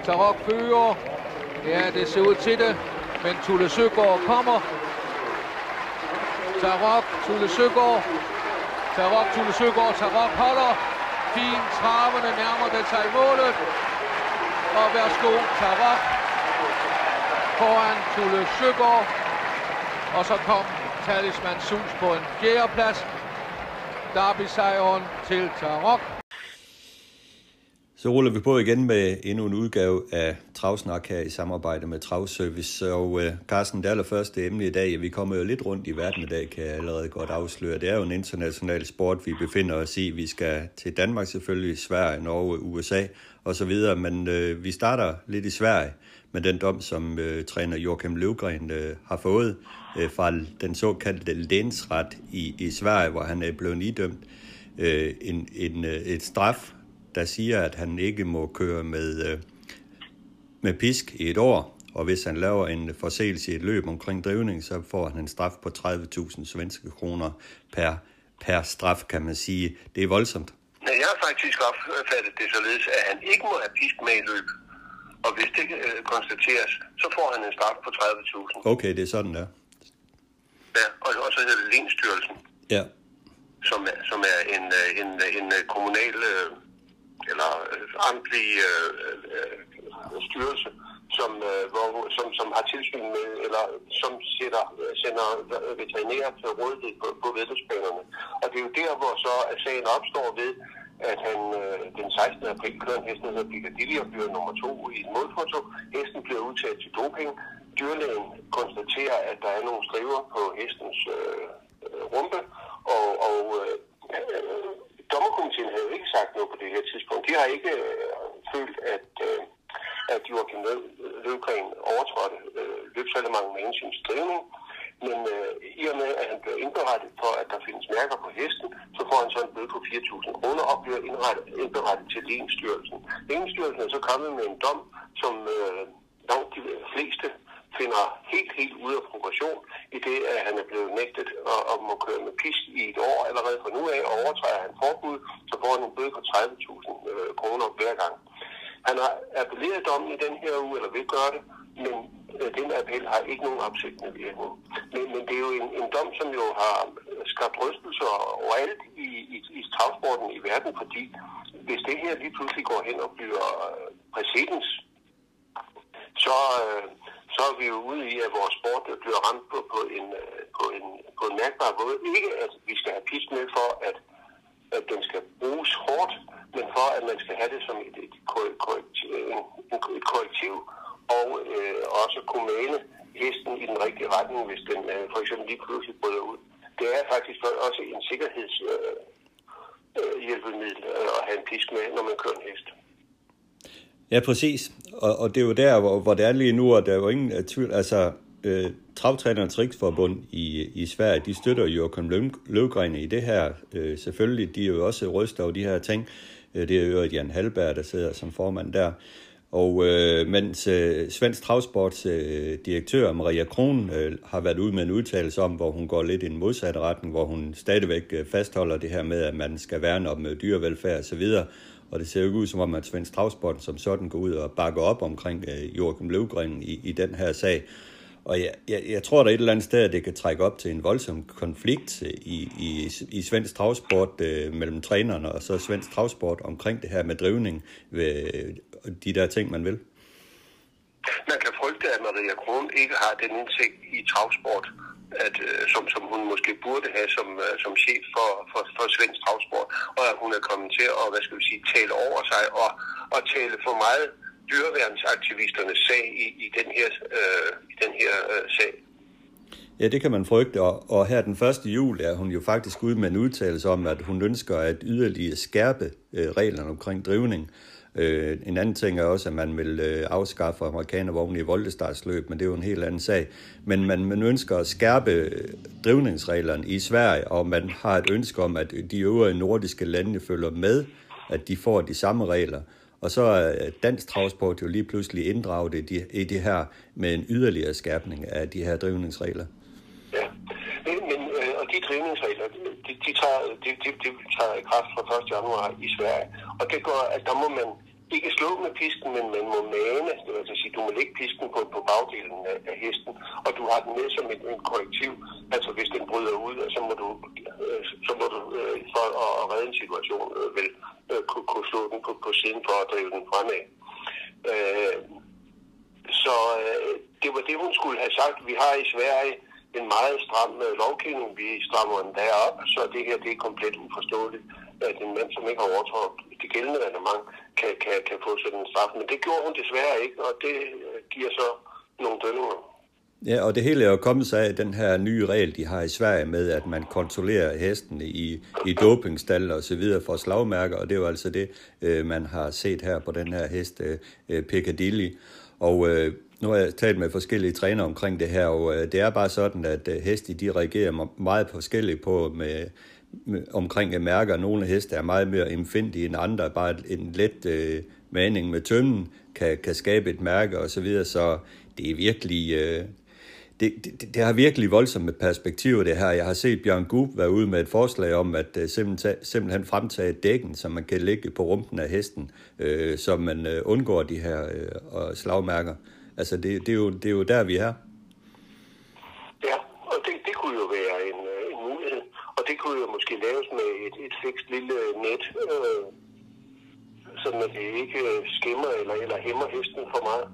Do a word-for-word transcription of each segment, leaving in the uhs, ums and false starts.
Tarok fører. Ja, det ser ud til det. Men Tulle Søgaard kommer. Tarok, Tulle Søgaard. Tarok, Tulle Søgaard. Tarok holder. Fint traverne nærmer det sig i målet. Og værsgo, Tarok foran Tulle Søgaard. Og så kom Talisman Sus på en fjerdeplads. Derby-sejren til Tarok. Så ruller vi på igen med endnu en udgave af Travsnak her i samarbejde med Travservice. Og uh, Carsten, det allerførste emne i dag, vi kommer jo lidt rundt i verden i dag, kan jeg allerede godt afsløre. Det er jo en international sport, vi befinder os i. Vi skal til Danmark selvfølgelig, Sverige, Norge, U S A osv. Men uh, vi starter lidt i Sverige med den dom, som uh, træner Joachim Löwgren uh, har fået uh, fra den såkaldte Länsrätt i, i Sverige, hvor han er blevet idømt uh, en, en, uh, et straf, der siger, at han ikke må køre med, øh, med pisk i et år, og hvis han laver en forseelse i et løb omkring drivning, så får han en straf på tredive tusind svenske kroner per, per straf, kan man sige. Det er voldsomt. Ja, jeg har faktisk opfattet det således, at han ikke må have pisk med i løb, og hvis det øh, konstateres, så får han en straf på tredive tusind. Okay, det er sådan der. Ja, og, og så hedder det Lensstyrelsen, ja. som, er, som er en, en, en kommunal øh, eller amtlig øh, øh, styrelse, som, øh, hvor, som, som har tilsyn med, eller som sætter, sender veterinærer til rådighed på, på væddeløbsbanerne. Og det er jo der, hvor så at sagen opstår ved, at han øh, den sekstende april kører en hest, der hedder Piccadilly, og bliver nummer to i et målfoto. Hesten bliver udtaget til doping. Dyrlægen konstaterer, at der er nogle striver på hestens øh, rumpe, og, og øh, øh, dommerkomiteen havde jo ikke sagt noget på det her tidspunkt. De har ikke øh, følt, at, øh, at Joachim Löwgren overtrådte øh, løbsreglementet med hensyn til drivning. Men øh, i og med, at han bliver indberettet for, at der findes mærker på hesten, så får han så en bøde på fire tusind kroner og bliver indberettet til Lensstyrelsen. Lensstyrelsen er så kommet med en dom, som øh, langt de fleste finder helt, helt ude af proportion, i det, at han er blevet nægtet og, og må køre med pisk i et år allerede fra nu af, og overtræder han forbud, så får han en bøde på tredive tusind øh, kroner hver gang. Han har appelleret dommen i den her uge, eller vil gøre det, men øh, den appel har ikke nogen opsættende virkning. Men, men det er jo en, en dom, som jo har skabt rystelser overalt i, i, i travsporten i verden, fordi hvis det her lige pludselig går hen og bliver øh, præcedens, så, øh, så er vi jo ude i, at vores sport bliver ramt på, på, en, på, en, på en mærkbar måde. Ikke at vi skal have pisk med for, at, at den skal bruges hårdt, men for at man skal have det som et, et, korrektiv, et korrektiv, og øh, også kunne male hesten i den rigtige retning, hvis den øh, for eksempel lige pludselig bryder ud. Det er faktisk også en sikkerhedshjælpemiddel øh, øh, at have en pisk med, når man kører en hest. Ja, præcis. Og, og det er jo der, hvor, hvor det er lige nu, og der er jo ingen tvivl. Altså, øh, Travtrænernes Riksforbund i, i Sverige, de støtter Joachim Löwgren i det her. Øh, selvfølgelig, de er jo også rystet over de her ting. Øh, det er jo Jan Hallberg, der sidder som formand der. Og øh, mens øh, Svensk Travsports øh, direktør Maria Kron øh, har været ude med en udtalelse om, hvor hun går lidt i en modsatte retning, hvor hun stadigvæk øh, fastholder det her med, at man skal værne om øh, dyrevelfærd osv., og det ser jo ud som om, at Svensk Travsport som sådan går ud og bakker op omkring øh, Joachim Löwgren i, i den her sag. Og jeg, jeg, jeg tror, der er et eller andet sted, at det kan trække op til en voldsom konflikt i, i, i Svensk Travsport øh, mellem trænerne og så Svensk Travsport omkring det her med drivning ved øh, de der ting, man vil. Man kan frygte, at Maria Kron ikke har den indsigt i travsport, at, øh, som, som hun måske burde have som, øh, som chef for, for, for Svensk Travsport, og at hun er kommet til at, hvad skal vi sige, tale over sig og, og tale for meget dyreværnsaktivisternes sag i, i den her, øh, i den her øh, sag. Ja, det kan man frygte, og, og her den første jul er hun jo faktisk ude med en udtalelse om, at hun ønsker at yderligere skærpe øh, reglerne omkring drivning. Øh, en anden ting er også, at man vil øh, afskaffe amerikanervogne i voldestartsløb, men det er jo en helt anden sag. Men man, man ønsker at skærpe drivningsreglerne i Sverige, og man har et ønske om, at de øvrige nordiske lande følger med, at de får de samme regler. Og så er dansk travsport jo lige pludselig inddraget i, de, i det her med en yderligere skærpning af de her drivningsregler. Ja, men, men øh, og de drivningsregler, de, de, tager, de, de, de tager i kraft fra første januar i Sverige. Og det gør, at der må man ikke slå med pisken, men man må mane lægge pisken på, på bagdelen af, af hesten, og du har den med som et, et korrektiv. Altså hvis den bryder ud, så må du, øh, så må du øh, for at redde en situation, øh, vel øh, kunne, kunne slå den på, på siden for at drive den fremad. Øh, så øh, det var det, hun skulle have sagt. Vi har i Sverige en meget stram øh, lovgivning. Vi strammer den derop, så det her det er komplet uforståeligt, at en mand, som ikke har overtrådt det gældende reglement, kan, kan, kan få sådan en straf. Men det gjorde hun desværre ikke, og det øh, giver så nogle dønninger. Ja, og det hele er jo kommet sig af den her nye regel, de har i Sverige med, at man kontrollerer hestene i, i dopingstaller og så videre for slagmærker, og det er jo altså det, øh, man har set her på den her hest, øh, Piccadilly. Og øh, nu har jeg talt med forskellige trænere omkring det her, og øh, det er bare sådan, at øh, heste de reagerer meget forskelligt på med, med, omkring mærker. Nogle heste er meget mere empfindige end andre, bare en let øh, maning med tømmen kan, kan skabe et mærke og så videre, så det er virkelig... Øh, Det, det, det har virkelig voldsomme perspektiver, det her. Jeg har set Bjørn Goop være ude med et forslag om, at uh, simpelthen, simpelthen fremtage dækken, som man kan lægge på rumpen af hesten, øh, så man øh, undgår de her øh, slagmærker. Altså, det, det, er jo, det er jo der, vi er. Ja, og det, det kunne jo være en, en mulighed. Og det kunne jo måske laves med et, et fikst lille net, øh, sådan at det ikke skimmer eller, eller hæmmer hesten for meget.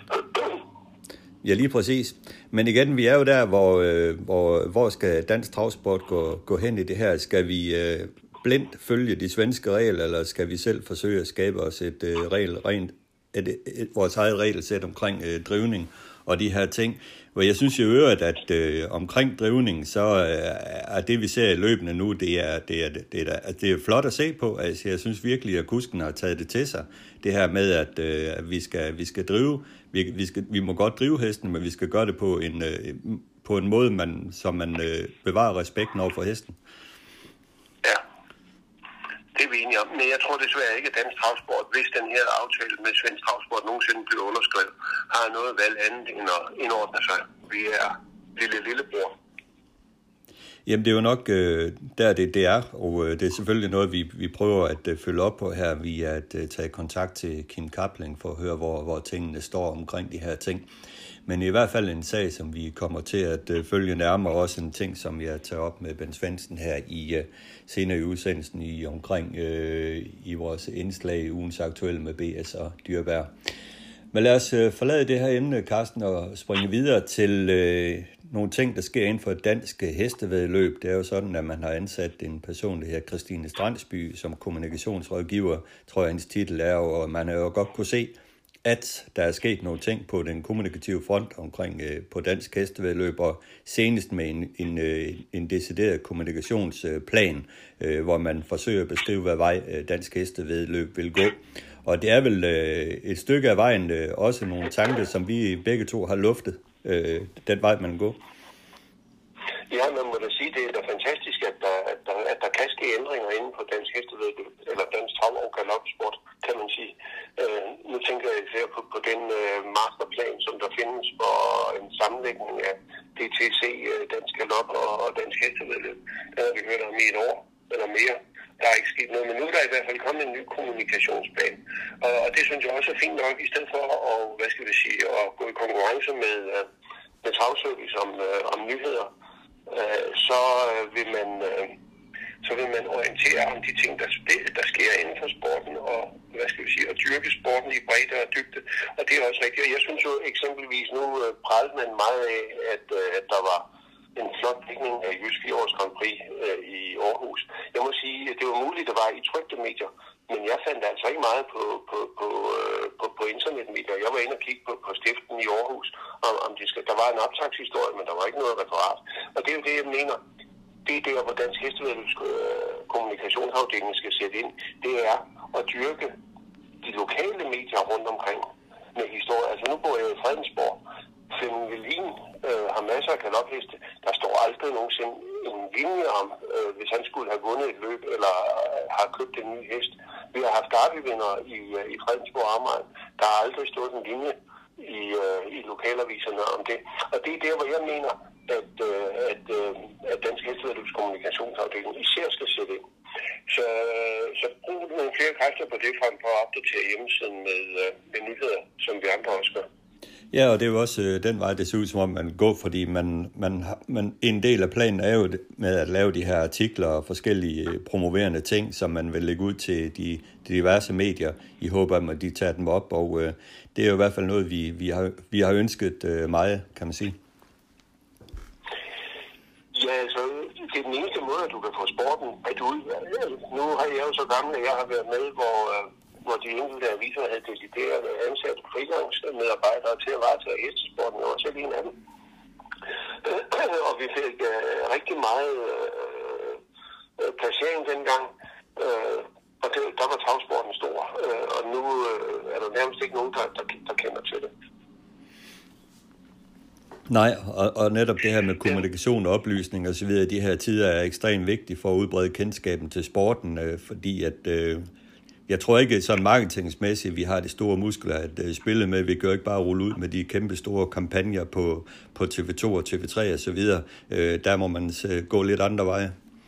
Ja, lige præcis. Men igen, vi er jo der, hvor, øh, hvor, hvor skal dansk travsport gå, gå hen i det her? Skal vi øh, blindt følge de svenske regler, eller skal vi selv forsøge at skabe os et, øh, regel, rent, et, et, et, vores eget regelsæt omkring øh, drivning og de her ting? Hvor jeg synes i øvrigt, at øh, omkring drivning, så øh, er det, vi ser i løbende nu, det er, det er, det er, det er flot at se på. Altså, jeg synes virkelig, at kusken har taget det til sig. Det her med, at, øh, at vi, skal, vi skal drive. Vi, vi, skal, vi må godt drive hesten, men vi skal gøre det på en, øh, på en måde, man, så man øh, bevarer respekten over for hesten. Ja, det er vi enige om. Men jeg tror desværre ikke, at dansk travsport, hvis den her aftale med svensk travsport nogensinde bliver underskrevet, har noget valg andet end at indordne sig. Vi er lille lillebror. Jamen det er jo nok øh, der det, det er, og øh, det er selvfølgelig noget, vi, vi prøver at øh, følge op på her via at øh, tage kontakt til Kim Kapling for at høre, hvor, hvor tingene står omkring de her ting. Men i hvert fald en sag, som vi kommer til at øh, følge nærmere, også en ting, som jeg tager op med Ben Svendsen her i øh, senere i udsendelsen i omkring øh, i vores indslag i ugens aktuelle med B S og dyrevær. Men lad os øh, forlade det her emne, Carsten, og springe videre til øh, nogle ting, der sker inden for et dansk hestevæddeløb. Det er jo sådan, at man har ansat en person, der hedder Christine Strandsby, som kommunikationsrådgiver, tror jeg, hendes titel er, og man har jo godt kunne se, at der er sket nogle ting på den kommunikative front omkring øh, på dansk hestevæddeløb, og senest med en, en, øh, en decideret kommunikationsplan, øh, hvor man forsøger at beskrive, hvad vej øh, dansk hestevæddeløb vil gå. Og det er vel øh, et stykke af vejen øh, også nogle tanker, som vi begge to har luftet, øh, den vej, man går. Ja, man må da sige, det er da fantastisk, at der, at der, at der kan ske ændringer inden for dansk hestevæddeløb, eller dansk trav- og galopsport, kan man sige. Øh, nu tænker jeg især på, på den øh, masterplan, som der findes for en sammenlægning af D T C, øh, dansk galop og, og dansk hestevæddeløb. Den har vi hørt om i et år eller mere. Der er ikke sket noget, men nu er der i hvert fald kommet en ny kommunikationsplan. Og, og det synes jeg også er fint nok, i stedet for at, hvad skal vi sige, at gå i konkurrence med, med travservice om, om nyheder, så vil man så vil man orientere om de ting, der, der sker inden for sporten, og hvad skal vi sige, at dyrke sporten i bredde og dybde. Og det er også rigtigt. Og jeg synes jo eksempelvis, nu pralede man meget af, at, at der var en flot dækning af Jysk fire års Grand Prix øh, i Aarhus. Jeg må sige, at det var muligt, at det var i trykte medier, men jeg fandt altså ikke meget på, på, på, øh, på, på internetmedier. Jeg var inde og kigge på, på stiften i Aarhus, om, om de skal, der var en optagshistorie, men der var ikke noget referat. Og det er jo det, jeg mener. Det er der, hvor Dansk Hestevæddeløbs kommunikationsafdeling skal sætte ind. Det er at dyrke de lokale medier rundt omkring med historie. Altså nu bor jeg i Fredensborg. Flemming Velin øh, har masser af galopheste. Der står aldrig nogensinde en linje om, øh, hvis han skulle have vundet et løb, eller øh, har købt en ny hest. Vi har haft derbyvinder i, øh, i Fredensborg Amager. Der har aldrig stået en linje i, øh, i lokalaviserne om det. Og det er der, hvor jeg mener, at, øh, at, øh, at Dansk Hestevæddeløbs kommunikationsafdeling især skal sætte ind. Så, så brug nogle flere kræfter på det, frem for at opdatere hjemmesiden med, øh, med nyheder, som vi andre også gør. Ja, og det er jo også øh, den vej, det ser ud som om, man går, fordi man, man, man, en del af planen er jo med at lave de her artikler og forskellige øh, promoverende ting, som man vil lægge ud til de, de diverse medier, i håb om, at de tager dem op, og øh, det er jo i hvert fald noget, vi, vi, har, vi har ønsket øh, meget, kan man sige. Ja, altså, det er den eneste måde, at du kan få sporten at ud. Nu har jeg jo så gammel, at jeg har været med, hvor... hvor de enkelte aviser havde decideret ansat frigangsmedarbejdere til at varetage hestesporten, og selv en af dem. Og vi fik uh, rigtig meget uh, placering dengang, uh, og det, der var travsporten stor, uh, og nu uh, er der nærmest ikke nogen, der, der, der kender til det. Nej, og, og netop det her med kommunikation og oplysning og så videre, de her tider er ekstremt vigtige for at udbrede kendskaben til sporten, øh, fordi at øh, jeg tror ikke sådan marketingsmæssigt, vi har de store muskler at uh, spille med. Vi kan jo ikke bare rulle ud med de kæmpe store kampagner på, på T V to og T V tre og så videre. Uh, der må man uh, gå lidt andre veje.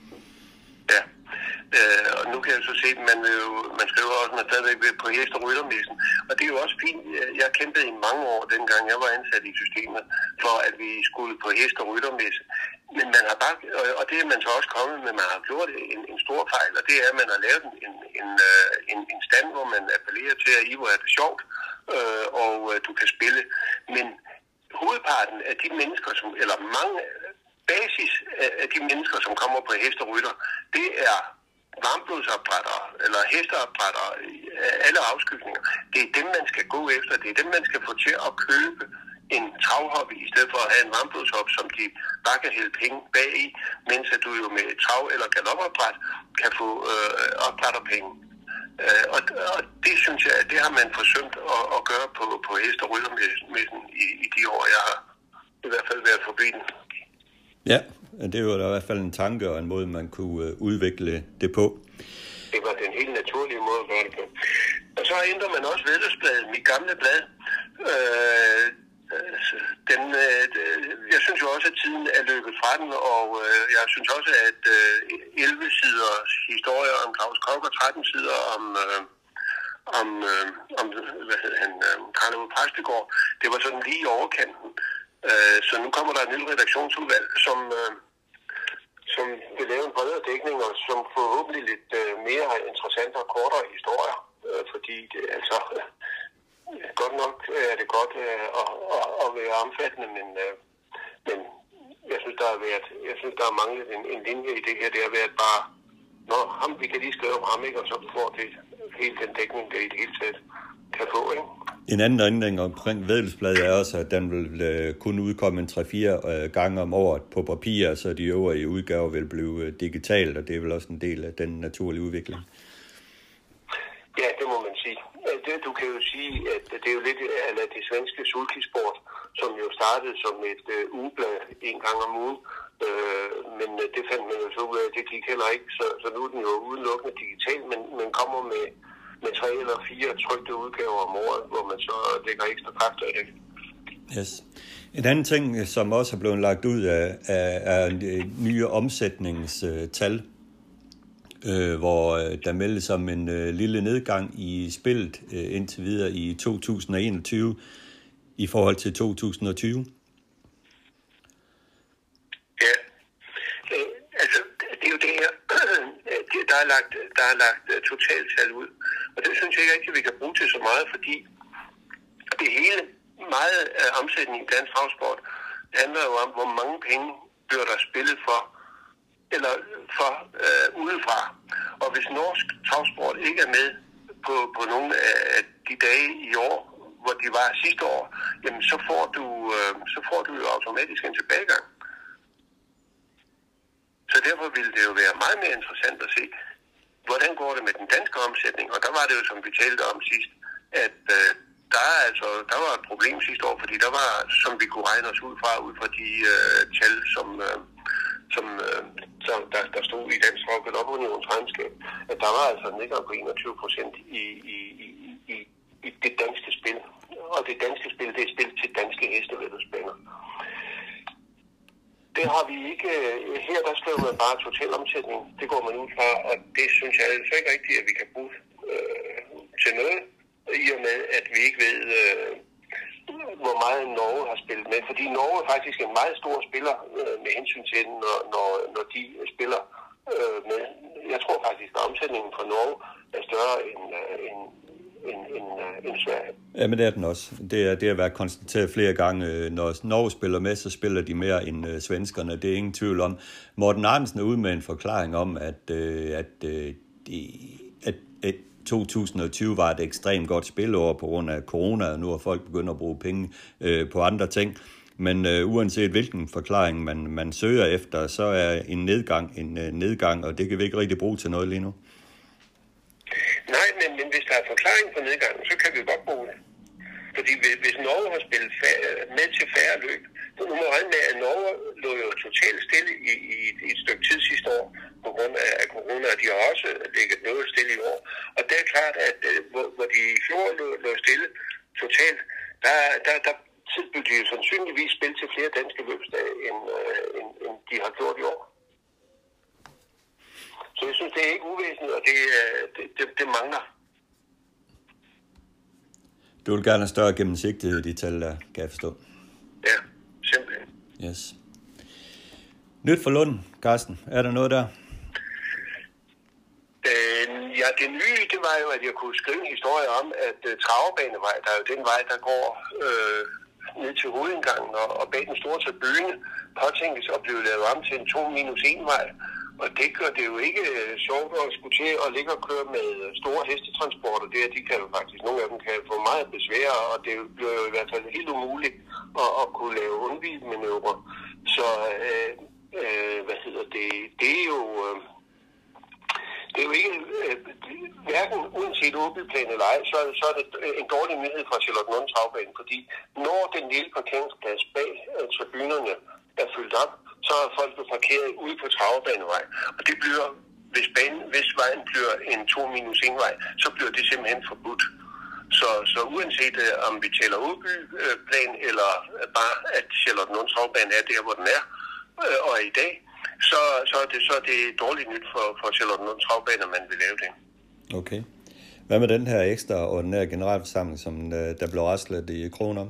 Ja, uh, og nu kan jeg så se, at man, jo, man skriver også, at man stadigvæk vil på hest- og ryttermessen. Og det er jo også fint. Jeg kæmpede i mange år, dengang jeg var ansat i systemet, for at vi skulle på hest- og ryttermesse. Men man har bare, og det er man så også kommet med, man har gjort en, en stor fejl, og det er, at man har lavet en, en, en, en stand, hvor man appellerer til, at I hvor er det sjovt, øh, og du kan spille. Men hovedparten af de mennesker, som, eller mange basis af de mennesker, som kommer på hest og rytter, det er varmblodsopdrættere, eller hesteopdrættere, alle afskygninger. Det er dem, man skal gå efter, det er dem, man skal få til at købe en travhobby, i stedet for at have en varmblodshop, som de bare kan hælde penge bag i, mens at du jo med trav- eller galopopdræt kan få øh, opdrætterpenge. Øh, og, og det synes jeg, at det har man forsømt at, at gøre på, på hest- og ryttermessen i, i de år, jeg har i hvert fald været forbi den. Ja, det er jo i hvert fald en tanke og en måde, man kunne øh, udvikle det på. Det var den helt naturlige måde at gøre det på. Og så ændrer man også Væddeløbsbladet, mit gamle blad. Øh, Den, øh, jeg synes jo også, at tiden er løbet fra den, og øh, jeg synes også, at øh, elleve sider historier om Claus Koch og tretten sider om, øh, om, øh, om hvad hedder han, øh, Karl Ove Præstegård, det var sådan lige i overkanten. Øh, så nu kommer der et nyt redaktionsudvalg, som, øh, som vil lave en bredere dækning, og som forhåbentlig lidt øh, mere interessante og kortere historier, øh, fordi det altså... Øh, Godt nok er det godt øh, at, at, at være omfattende, men, øh, men jeg synes, der har været, jeg synes, der har manglet en, en linje i det her. Det har været bare, nå, ham, vi kan lige skrive om ham, ikke? Og så får det helt den dækning, det i det hele taget kan få, ikke? En anden ændring omkring Væddeløbsbladet er også, at den vil øh, kun udkomme en tre-fire øh, gange om året på papir, så de øvrige udgaver vil blive øh, digitalt, og det er vel også en del af den naturlige udvikling. Ja, det må man sige. Det, du kan jo sige, at det er jo lidt af det svenske sulkisport, som jo startede som et øh, ugeblad en gang om ugen. Øh, men det fandt man jo så ud af, det gik heller ikke. Så, så nu er den jo udelukkende digital, men man kommer med, med tre eller fire trykte udgaver om året, hvor man så lægger ekstra kræfter i det. Yes. En anden ting, som også er blevet lagt ud af, er, er nye omsætningstal. Øh, hvor øh, der meldes om en øh, lille nedgang i spillet øh, indtil videre i to tusind og enogtyve i forhold til to tusind og tyve. Ja, øh, altså det er jo det her, der er lagt, der er lagt uh, totaltal ud, og det synes jeg ikke rigtig, vi kan bruge til så meget, fordi det hele, meget af omsætningen i dansk travsport handler jo om, hvor mange penge bliver der spillet for, eller for øh, udefra. Og hvis norsk travsport ikke er med på, på nogle af de dage i år, hvor de var sidste år, jamen så får du, øh, så får du jo automatisk en tilbagegang. Så derfor ville det jo være meget mere interessant at se, hvordan går det med den danske omsætning. Og der var det jo, som vi talte om sidst, at øh, der, altså, der var et problem sidste år, fordi der var, som vi kunne regne os ud fra, ud fra de øh, tal, som... Øh, som, øh, som der, der stod i Dansk Trav- og Galopunions regnskab, at der var altså en nedgang på enogtyve procent i, i, i, i, i det danske spil. Og det danske spil, det er spil til danske hestevæddeløbsbaner. Det har vi ikke. Her der skriver man bare totalomsætning. Det går man ud fra, og det synes jeg altså ikke rigtigt, at vi kan bruge øh, til noget, i og med, at vi ikke ved, øh, hvor meget fordi Norge er faktisk en meget stor spiller øh, med hensyn til, når, når, når de spiller øh, med. Jeg tror faktisk, at omsætningen fra Norge er større end, øh, end, end, end, øh, end Sverige. Ja, men det er den også. Det er, det har været konstateret flere gange. Når Norge spiller med, så spiller de mere end øh, svenskerne. Det er ingen tvivl om. Morten Andersen er ude med en forklaring om, at, øh, at, øh, de, at, at to tusind og tyve var et ekstremt godt spilår på grund af corona, og nu har folk begyndt at bruge penge øh, på andre ting. Men øh, uanset hvilken forklaring man, man søger efter, så er en nedgang en øh, nedgang, og det kan vi ikke rigtig bruge til noget lige nu. Nej, men, men hvis der er forklaring på nedgangen, så kan vi godt bruge det. Fordi hvis Norge har spillet med til færre løb, så nu må regne med, at Norge lå jo totalt stille i, i, i et stykke tid sidste år på grund af, af corona, og de har også ligget noget stille i år. Og det er klart, at hvor, hvor de i fjor lå, lå stille totalt, der, der, der tilbyder de jo sandsynligvis spil til flere danske løbsdage, end, end, end de har gjort i år. Så jeg synes, det er ikke uvæsentligt, og det, det, det, det mangler. Du vil gerne have større gennemsigtighed i de tal, der kan jeg forstå. Ja, simpelthen. Yes. Nyt for Lund, Carsten. Er der noget der? Øh, ja, det nye, det var jo, at jeg kunne skrive en historie om, at uh, Traverbanevej, der er jo den vej, der går øh, ned til hovedindgangen og, og bag den store tribune, påtænkes at blive lavet om til en to minus en vej. Og det gør det jo ikke uh, sjovt at skulle til at ligge og køre med store hestetransporter. Det, de kan jo faktisk, nogle af dem kan få meget besvær, og det bliver jo i hvert fald helt umuligt at, at kunne lave undvigemanøvrer. Så øh, øh, hvad hedder det, det er jo... Øh, Det er jo ikke, øh, hverken uanset åbelplan eller ej, så, så er det en dårlig nyhed fra Charlottenlund Travbane, fordi når den lille parkeringsplads bag øh, tribunerne er fyldt op, så er folk parkeret ude på Traverbanevej. Og det bliver, hvis, banen, hvis vejen bliver en to minus en vej, så bliver det simpelthen forbudt. Så, så uanset øh, om vi tæller åbelplan eller øh, bare at Charlottenlund Travbane er der, hvor den er, øh, og er i dag, Så, så, er det, så er det dårligt nyt for, for Charlottenlund Travbane, at man vil lave det. Okay. Hvad med den her ekstra ordinære generalforsamling, som uh, der blev raslet i kroner?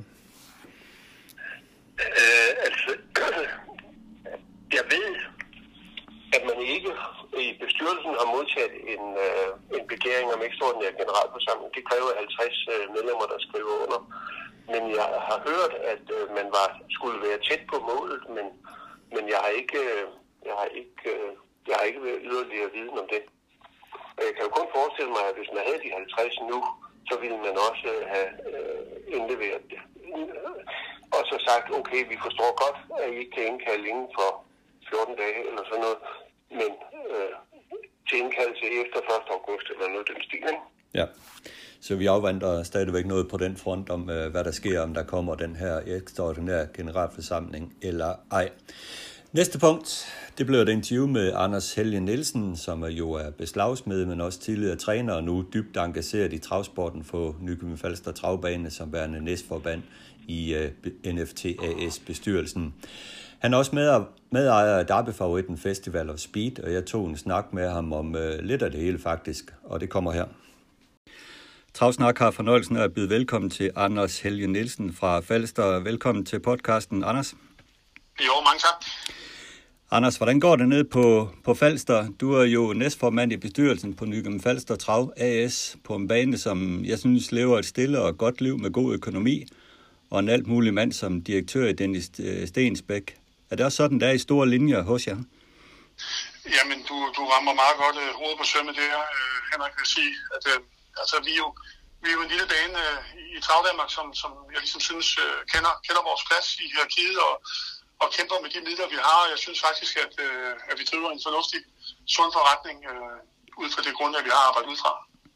Øh, altså, jeg ved, at man ikke i bestyrelsen har modtaget en, øh, en begæring om ekstraordinær generalforsamling. Det kræver halvtreds øh, medlemmer, der skriver under. Men jeg har hørt, at øh, man var, skulle være tæt på målet, men, men jeg har ikke... Øh, Jeg har ikke, jeg har ikke yderligere viden om det. Og jeg kan jo kun forestille mig, at hvis man havde de halvtreds nu, så ville man også have øh, indleveret det. Og så sagt, okay, vi forstår godt, at I ikke kan indkalde inden for fjorten dage eller sådan noget, men øh, til indkaldelse efter første august eller noget den stil. Ja, så vi afventer stadigvæk noget på den front om, øh, hvad der sker, om der kommer den her ekstraordinære generalforsamling eller ej. Næste punkt, det blev et interview med Anders Helge Nielsen, som jo er beslagsmed, men også tidligere træner og nu dybt engageret i travsporten for Nykøbing Falster Travbane som værende næstformand i uh, N F T A S-bestyrelsen. Han er også med, medejer af Derby-favoritten Festival of Speed, og jeg tog en snak med ham om uh, lidt af det hele faktisk, og det kommer her. Travsnak har fornøjelsen af at byde velkommen til Anders Helge Nielsen fra Falster. Velkommen til podcasten, Anders. Jo, mange tak. Anders, hvordan går det ned på, på Falster? Du er jo næstformand i bestyrelsen på Nykøbing Falster Trav A S på en bane, som jeg synes lever et stille og godt liv med god økonomi, og en alt mulig mand som direktør i Dennis Stensbæk. Er det også sådan, der er i store linjer hos jer? Jamen, du, du rammer meget godt uh, hovedet på sømmet der, uh, Henrik, vil sige. At, uh, altså, vi er, jo, vi er jo en lille bane uh, i Travdanmark, som, som jeg ligesom synes uh, kender, kender vores plads i hierarkiet og og kæmper med de midler, vi har. Jeg synes faktisk, at, øh, at vi driver en fornuftig, sund forretning øh, ud fra det grundlag, vi har arbejdet ud fra.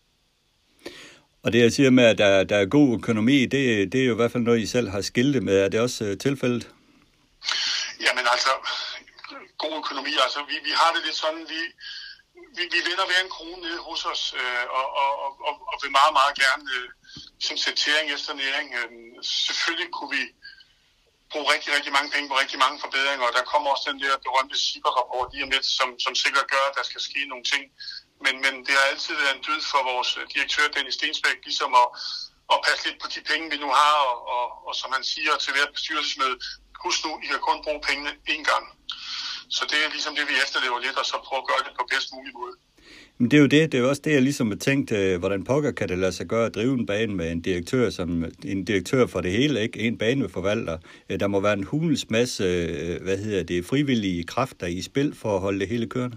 Og det, jeg siger med, at der, der er god økonomi, det, det er jo i hvert fald noget, I selv har skiltet med. Er det også øh, tilfældet? Jamen altså, god økonomi, altså vi, vi har det lidt sådan, vi, vi, vi vender hver en krone ned hos os, øh, og, og, og, og vil meget, meget gerne øh, som sættering efter næring. Øh, selvfølgelig kunne vi bruge rigtig, rigtig mange penge på rigtig mange forbedringer, og der kommer også den der berømte S I B A-rapport lige om lidt, som, som sikkert gør, at der skal ske nogle ting. Men, men det har altid været en dyd for vores direktør, Dennis Stensbæk, ligesom at, at passe lidt på de penge, vi nu har, og, og, og som han siger til hvert bestyrelsesmøde, husk nu, I kan kun bruge pengene én gang. Så det er ligesom det, vi efterlever lidt, og så prøver at gøre det på bedst mulig måde. Men det er jo det, det er jo også det, jeg ligesom har tænkt, hvordan pokker kan det lade sig gøre at drive en bane med en direktør, som en direktør for det hele, ikke? En baneforvalter. Der må være en hulens masse, hvad hedder det, frivillige kræfter i spil for at holde det hele kørende.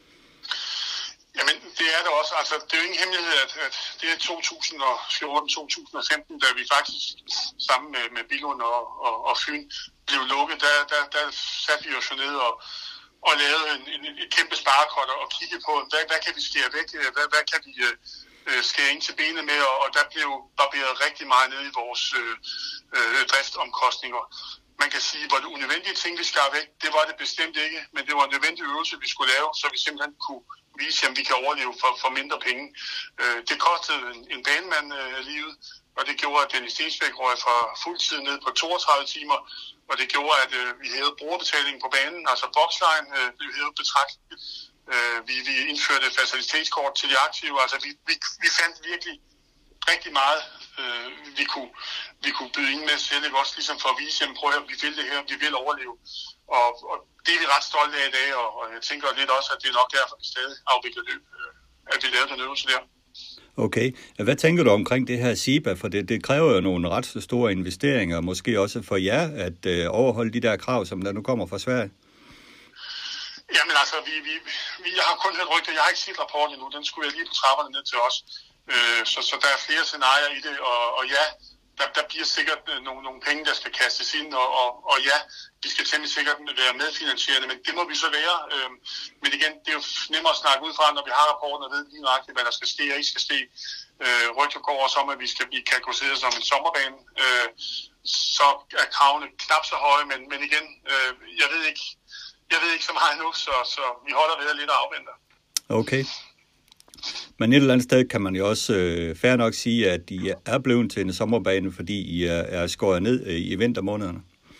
Jamen, det er det også. Altså, det er jo ingen hemmelighed, at, at det er to tusind og fjorten til to tusind og femten, da vi faktisk sammen med, med Billund og, og, og Fyn blev lukket, der, der, der satte vi os jo ned og og lavede en, en, en kæmpe sparekort og kiggede på, hvad, hvad kan vi skære væk, hvad, hvad kan vi øh, skære ind til benet med, og, og der blev barberet rigtig meget ned i vores øh, øh, driftomkostninger. Man kan sige, hvor det unødvendige ting, vi skar væk, det var det bestemt ikke, men det var en nødvendig øvelse, vi skulle lave, så vi simpelthen kunne vise, at vi kan overleve for, for mindre penge. Øh, det kostede en, en banemand øh, livet, og det gjorde, at Dennis Stensbæk røg fra fuldtid ned på toogtredive timer, og det gjorde, at øh, vi hævede brugerbetalingen på banen, altså boxline øh, blev hævet betragteligt. Øh, vi, vi indførte facilitetskort til de aktive, altså vi, vi, vi fandt virkelig rigtig meget, øh, vi, kunne, vi kunne byde ind med selv, ikke? Også ligesom for at vise, jamen prøv at høre, vi vil det her, vi vil overleve. Og, og det er vi ret stolte af i dag, og, og jeg tænker lidt også, at det er nok derfor, vi stadig afvikler løb, øh, at vi lavede den øvelse der. Okay. Hvad tænker du omkring det her S I B A? For det, det kræver jo nogle ret så store investeringer, måske også for jer, at øh, overholde de der krav, som der nu kommer fra Sverige. Jamen altså, vi, vi, vi jeg har kun hørt rygter. Jeg har ikke set rapporten endnu. Den skulle jeg lige på trapperne ned til os. Øh, så, så der er flere scenarier i det, og, og ja, der, der bliver sikkert nogle, nogle penge, der skal kastes ind, og, og, og ja, vi skal temmelig sikkert være medfinansierende, men det må vi så være. Øh, men igen, det er jo nemmere at snakke ud fra, når vi har rapporten og ved lige nøjagtigt, hvad der skal ske og ikke skal ske. Øh, rygter går også om, at vi skal blive kategoriseret som en sommerbane. Øh, så er kravene knap så høje, men, men igen, øh, jeg ved ikke, jeg ved ikke så meget nu, så, så vi holder ved lidt og afventer. Okay. Men et eller andet sted kan man jo også øh, fair nok sige, at I er blevet til en sommerbane, fordi I er, er skåret ned øh, i vintermånederne.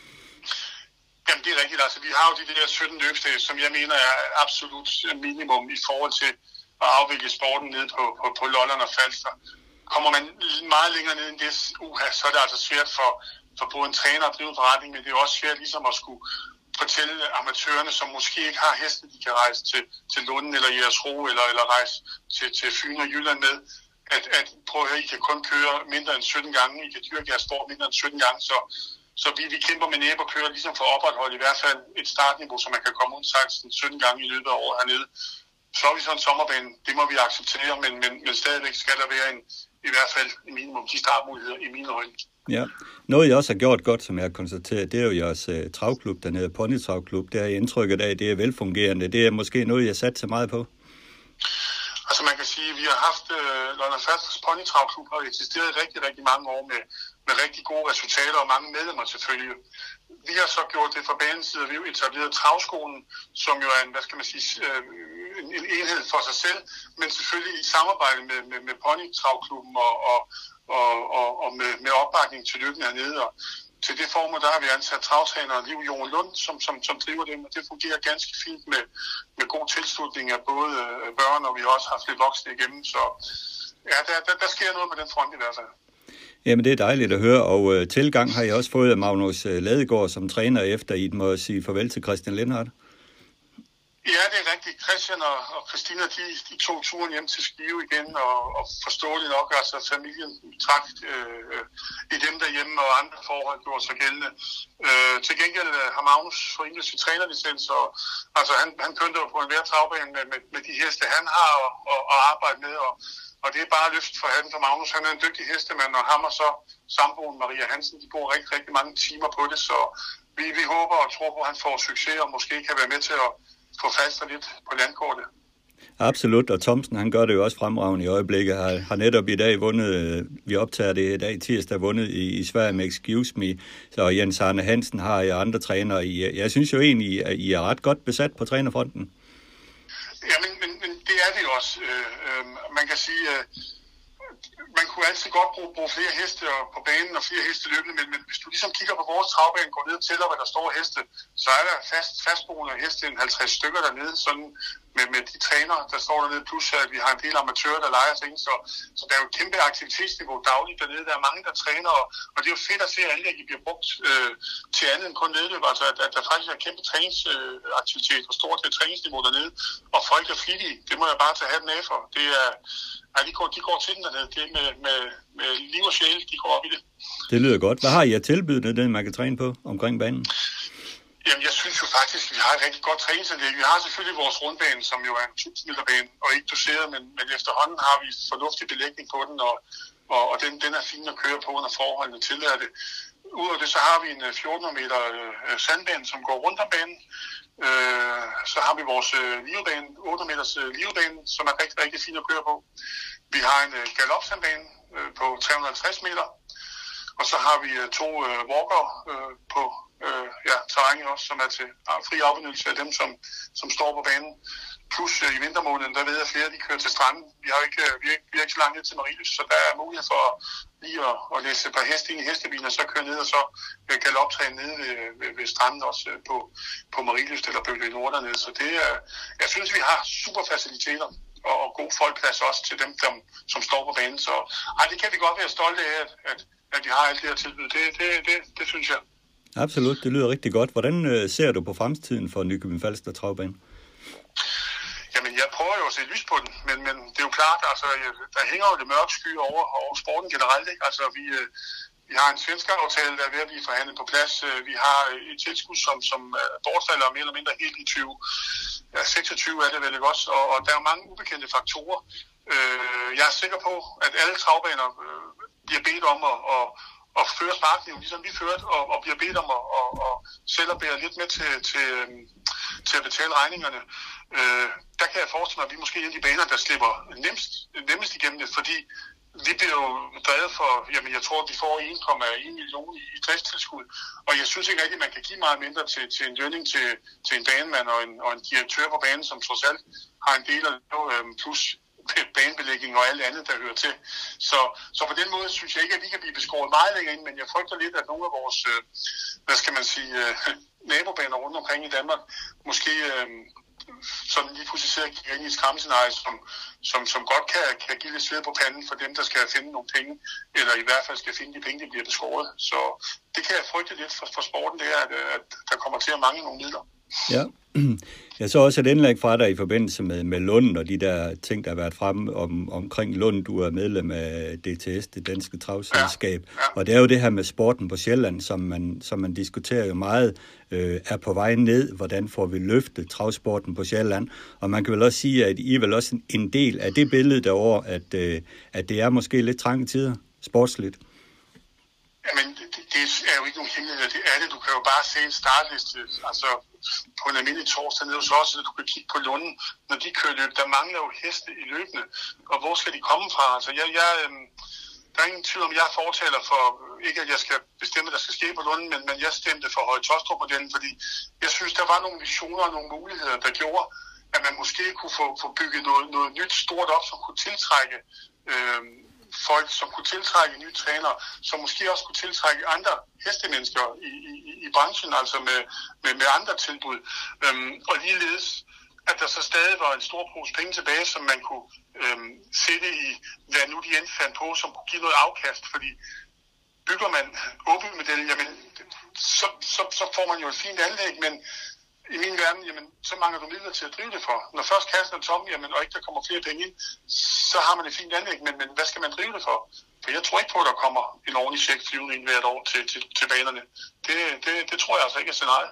Jamen det er rigtigt. Altså, vi har jo de der sytten løbsdage, som jeg mener er absolut minimum i forhold til at afvikle sporten ned på, på, på Lolland og Falster. Kommer man meget længere ned end det, uha, så er det altså svært for, for både en træner at drive en forretning, men det er også svært ligesom at skulle fortælle amatørerne, som måske ikke har hesten, de kan rejse til, til Lunden eller Jersro, eller, eller rejse til, til Fyn og Jylland med, at, at prøv at høre, I kan kun køre mindre end sytten gange, I kan dyrke jeres sport mindre end sytten gange, så, så vi, vi kæmper med næb og kører ligesom for at opretholde i hvert fald et startniveau, så man kan komme ud seksten sytten gange i løbet af året hernede. Så er vi så en sommerbane, det må vi acceptere, men, men, men stadigvæk skal der være en, i hvert fald i minimum de startmuligheder i mine øjne. Ja, noget jeg også har gjort godt, som jeg har konstateret, det er jo jeres uh, travklub dernede, Ponytravklub. Det har jeg indtrykket af, det er velfungerende. Det er måske noget, jeg satte så meget på. Altså man kan sige, at vi har haft uh, Lolland Falsters Ponytravklub har eksisteret i rigtig, rigtig mange år med, med rigtig gode resultater og mange medlemmer selvfølgelig. Vi har så gjort det fra banens side, vi har jo etableret Travskolen, som jo er en, hvad skal man sige, uh, en, en enhed for sig selv, men selvfølgelig i samarbejde med, med, med Ponytravklubben og, og og, og, og med, med opbakning til lykken hernede. Og til det formål, der har vi ansat travtræner Liv Jon Lund, som, som, som driver dem, og det fungerer ganske fint med, med god tilslutning af både børn, og vi har også haft lidt voksne igennem, så ja, der, der, der sker noget på den front i hvert fald. Jamen, det er dejligt at høre, og uh, tilgang har jeg også fået af Magnus uh, Ladegaard som træner efter, I må sige farvel til Christian Lindhardt. Ja, det er rigtigt. Christian og, og Christina, de, de tog turen hjem til Skive igen, og, og forståeligt nok, altså familien trak øh, i dem derhjemme, og andre forhold gjorde sig gældende. Øh, til gengæld har Magnus forringet sin trænerlicens, og altså, han, han pynter på en hver travbane med, med, med de heste, han har og, og, og arbejde med, og, og det er bare løft for han for Magnus. Han er en dygtig hestemand, og ham og så samboen Maria Hansen, de bruger rigtig, rigtig mange timer på det, så vi, vi håber og tror på, at han får succes, og måske kan være med til at få fast lidt på landkortet. Absolut, og Thomsen, han gør det jo også fremragende i øjeblikket, har, har netop i dag vundet, vi optager det i dag tirsdag, vundet i, i Sverige med Excuse Me, så Jens Arne Hansen har jeg andre trænere i. Jeg synes jo egentlig, at I er ret godt besat på trænerfronten. Ja, men, men, men det er vi også. Øh, øh, man kan sige, øh, man kunne altid godt bruge, bruge flere heste på banen og flere heste løbende, men, men hvis du ligesom kigger på vores travbane, går ned og tæller, hvad der står heste, så er der fast, fastboende heste, en halvtreds stykker dernede, sådan med, med de trænere, der står dernede, plus at vi har en del amatører, der leger ting, så, så der er jo et kæmpe aktivitetsniveau dagligt dernede, der er mange, der træner, og, og det er jo fedt at se, at anlægget bliver brugt øh, til andet end kun nedløb, altså at, at der faktisk er kæmpe træningsaktivitet øh, og stort det træningsniveau dernede, og folk er flittige, det må jeg bare tage hatten af for, det er, ja, de går, de går til den dernede, det er med, med, med liv og sjæl, de går op i det. Det lyder godt. Hvad har I at tilbyde det, man kan træne på omkring banen? Jamen, jeg synes jo faktisk, at vi har et rigtig godt træningsanlæg. Vi har selvfølgelig vores rundbane, som jo er en tusind meter bane, og ikke doseret, men, men efterhånden har vi fornuftig belægning på den, og, og, og den, den er fin at køre på, når forholdene tillader det. Udover det, så har vi en fjorten meter øh, sandbane, som går rundt om banen. Øh, så har vi vores øh, livebane, otte meters øh, livebane, som er rigtig, rigtig fin at køre på. Vi har en øh, galopsandbane øh, på tre hundrede og halvtreds meter, og så har vi øh, to øh, walker øh, på øh, ja, terræn også, som er til øh, fri afbenyttelse af dem, som, som står på banen. Plus øh, i vintermåneden, der ved jeg flere, de kører til stranden. Vi har ikke, vi er, vi er ikke så langt ned til Marielys, så der er mulighed for lige at, at læse et par heste ind i hestebilen, og så køre ned og så øh, galoptræne nede ved, ved, ved stranden også øh, på, på Marielys eller Bøvle Nord dernede. Så det er, jeg synes, vi har super faciliteter og, og god folkeplads også til dem, der, som står på banen. Så ej, det kan vi godt være stolte af, at, at, at vi har alt det her tilbud. Det, det, det, det synes jeg. Absolut, det lyder rigtig godt. Hvordan øh, ser du på fremtiden for Nykøbing Falster Travbane? Jamen, jeg prøver jo at se lys på den, men, men det er jo klart, altså, der hænger jo det mørke sky over, over sporten generelt, ikke? Altså, vi, vi har en svensk aftale, der er ved at blive forhandlet på plads. Vi har et tilskud, som, som bortfalder mere eller mindre helt i tyve, ja, seksogtyve er det vel ikke også, og, og der er mange ubekendte faktorer. Jeg er sikker på, at alle travbaner bliver bedt om at, at, at føre sparkliv, ligesom vi førte, og, og bliver bedt om at, at, at selv at bære lidt med til, til, til at betale regningerne. Øh, der kan jeg forestille mig, at vi måske er en af de baner, der slipper nemmest, nemmest igennem det, fordi vi bliver jo drevet for, jamen jeg tror, at vi får en komma en million i, i driftstilskud, og jeg synes ikke rigtig, at man kan give meget mindre til, til en lønning til, til en banemand og en, og en direktør på banen, som trods alt har en del af øh, plus banebelægning og alt andet, der hører til. Så, så på den måde synes jeg ikke, at vi kan blive beskåret meget længere ind, men jeg frygter lidt, at nogle af vores, øh, hvad skal man sige, øh, nabobaner rundt omkring i Danmark, måske øh, sådan lige pludselig sidder og kigger ind i et skræmmescenarie, som, som, som godt kan, kan give lidt sved på panden for dem, der skal finde nogle penge, eller i hvert fald skal finde de penge, der bliver beskåret. Så det kan jeg frygte lidt for, for sporten, det er, at, at der kommer til at mangle nogle midler. Ja, jeg så også et indlæg fra dig i forbindelse med, med Lund og de der ting, der har været fremme om, omkring Lund. Du er medlem af D T S, det danske travselskab. Ja, ja. Og det er jo det her med sporten på Sjælland, som man, som man diskuterer jo meget, øh, er på vej ned. Hvordan får vi løftet travsporten på Sjælland? Og man kan vel også sige, at I er vel også en del af det billede derovre, at, øh, at det er måske lidt trange tider sportsligt. Jamen, det, det er jo ikke nogen hemmelighed, det er det. Du kan jo bare se en startliste, altså på en almindelig torsdag nede hos os, du kan kigge på Lunden, når de kører løb. Der mangler jo heste i løbende, og hvor skal de komme fra? Altså, jeg, jeg, der er ingen tvivl om, jeg fortaler for, ikke at jeg skal bestemme, der skal ske på Lunden, men, men jeg stemte for Høje Taastrup-modellen, fordi jeg synes, der var nogle visioner og nogle muligheder, der gjorde, at man måske kunne få, få bygget noget, noget nyt stort op, som kunne tiltrække øh, folk, som kunne tiltrække nye trænere, som måske også kunne tiltrække andre hestemennesker i, i, i branchen, altså med, med, med andre tilbud. Øhm, og ligeledes, at der så stadig var en stor pose penge tilbage, som man kunne øhm, sætte i, hvad nu de end fandt på, som kunne give noget afkast, fordi bygger man Åby-modellen, jamen, så, så, så får man jo et fint anlæg, men i min verden, jamen, så mangler du midler til at drive det for. Når først kassen er tom, jamen, og ikke der kommer flere penge ind, så har man et fint anlæg, men, men hvad skal man drive det for? For jeg tror ikke på, at der kommer en ordentlig check flyvende ind hvert år til, til, til banerne. Det, det, det tror jeg altså ikke er scenariet.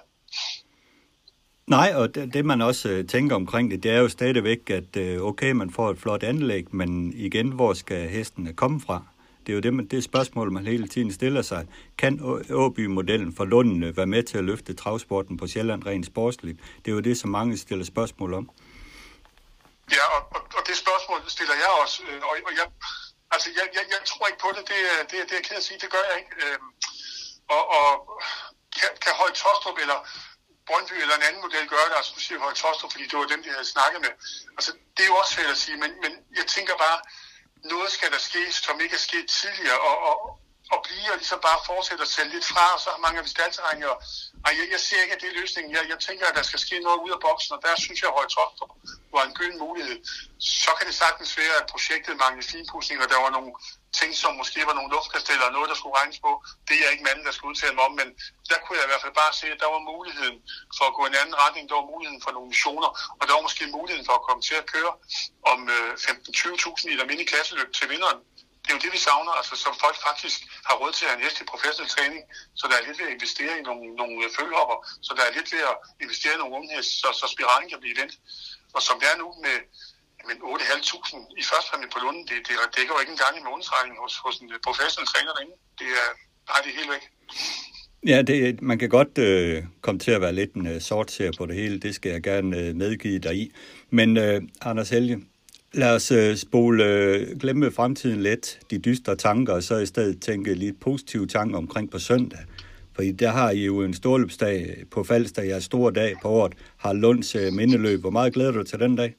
Nej, og det, det man også øh, tænker omkring det, det er jo stadigvæk, at øh, okay, man får et flot anlæg, men igen, hvor skal hestene komme fra? Det er jo det, det spørgsmål, man hele tiden stiller sig. Kan Åby-modellen for Lund være med til at løfte travsporten på Sjælland rent sportsligt? Det er jo det, som mange stiller spørgsmål om. Ja, og, og, og det spørgsmål stiller jeg også. Og, og jeg, altså, jeg, jeg, jeg tror ikke på det. Det, det, det er jeg ked at sige. Det gør jeg ikke. Og, og kan, kan Høje Taastrup eller Brøndby eller en anden model gøre det? Altså, du siger Høje Taastrup, fordi det var dem, de havde snakket med. Altså, det er jo også svært at sige, men, men jeg tænker bare, noget skal der ske, som ikke er sket tidligere, og, og, og blive og ligesom bare fortsætte at sælge lidt fra, og så mangler vi staldterræn, og, og jeg, jeg ser ikke, at det er løsningen. Jeg, jeg tænker, at der skal ske noget ud af boksen, og der synes jeg, at Høje Taastrup var en gylden mulighed. Så kan det sagtens være, at projektet manglede finpudsning, og der var nogle ting, som måske var nogle luftkasteller og noget, der skulle regnes på. Det er jeg ikke manden, der skal udtale mig om, men der kunne jeg i hvert fald bare se, at der var muligheden for at gå i en anden retning. Der var muligheden for nogle missioner, og der var måske muligheden for at komme til at køre om femten til tyve tusind i et almindeligt klasseløb til vinderen. Det er jo det, vi savner, altså som folk faktisk har råd til at have en hest i professionel træning, så der er lidt ved at investere i nogle, nogle følghopper, så der er lidt ved at investere i nogle unge hest, så, så spiralen kan blive vendt. Og som det er nu med men otte tusind fem hundrede i førstpræmien på Lunden, det, det dækker jo ikke engang en månedsregning hos, hos en professionel træner derinde. Det er, nej, det er helt væk. Ja, det, man kan godt øh, komme til at være lidt en øh, sortserie på det hele. Det skal jeg gerne øh, medgive dig i. Men øh, Anders Helge, lad os øh, spole, øh, glemme fremtiden lidt, de dystre tanker, og så i stedet tænke lidt positive tanker omkring på søndag. For der har I jo en storløbsdag på Falster, jeres store dag på året, har Lunds øh, mindeløb. Hvor meget glæder du til den dag?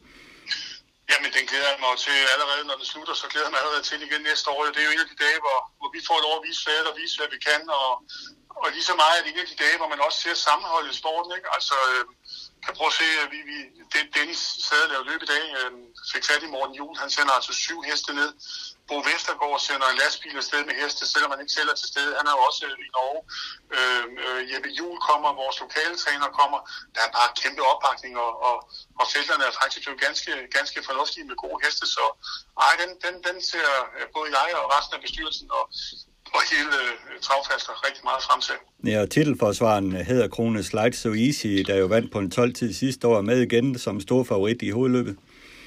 Jamen, den glæder jeg mig til allerede, når den slutter, så glæder jeg mig allerede til igen næste år. Det er jo en af de dage, hvor, hvor vi får lov at vise fladet og vise, hvad vi kan, og, og lige så meget er det en af de dage, hvor man også ser sammenholdet i sporten, ikke? Altså, øh, kan prøve at se, at vi, vi, Dennis sad og lavede løb i dag, øh, fik fat i Morten Juhl, han sender altså syv heste ned. Bo Vestergaard sender en lastbil afsted med heste, selvom man ikke selv er til stede. Han er jo også i Norge. Øh, øh, Jeppe Juhl kommer, vores lokale træner kommer. Der er bare kæmpe opbakning, og, og, og felterne er faktisk jo ganske, ganske fornuftige med gode heste. Så ej, den, den, den ser både jeg og resten af bestyrelsen og, og hele øh, Travfalster rigtig meget frem til. Ja, og titelforsvaren hedder Krone Slide So Easy, der jo vandt på en tolv-tid sidste år, med igen som stor favorit i hovedløbet.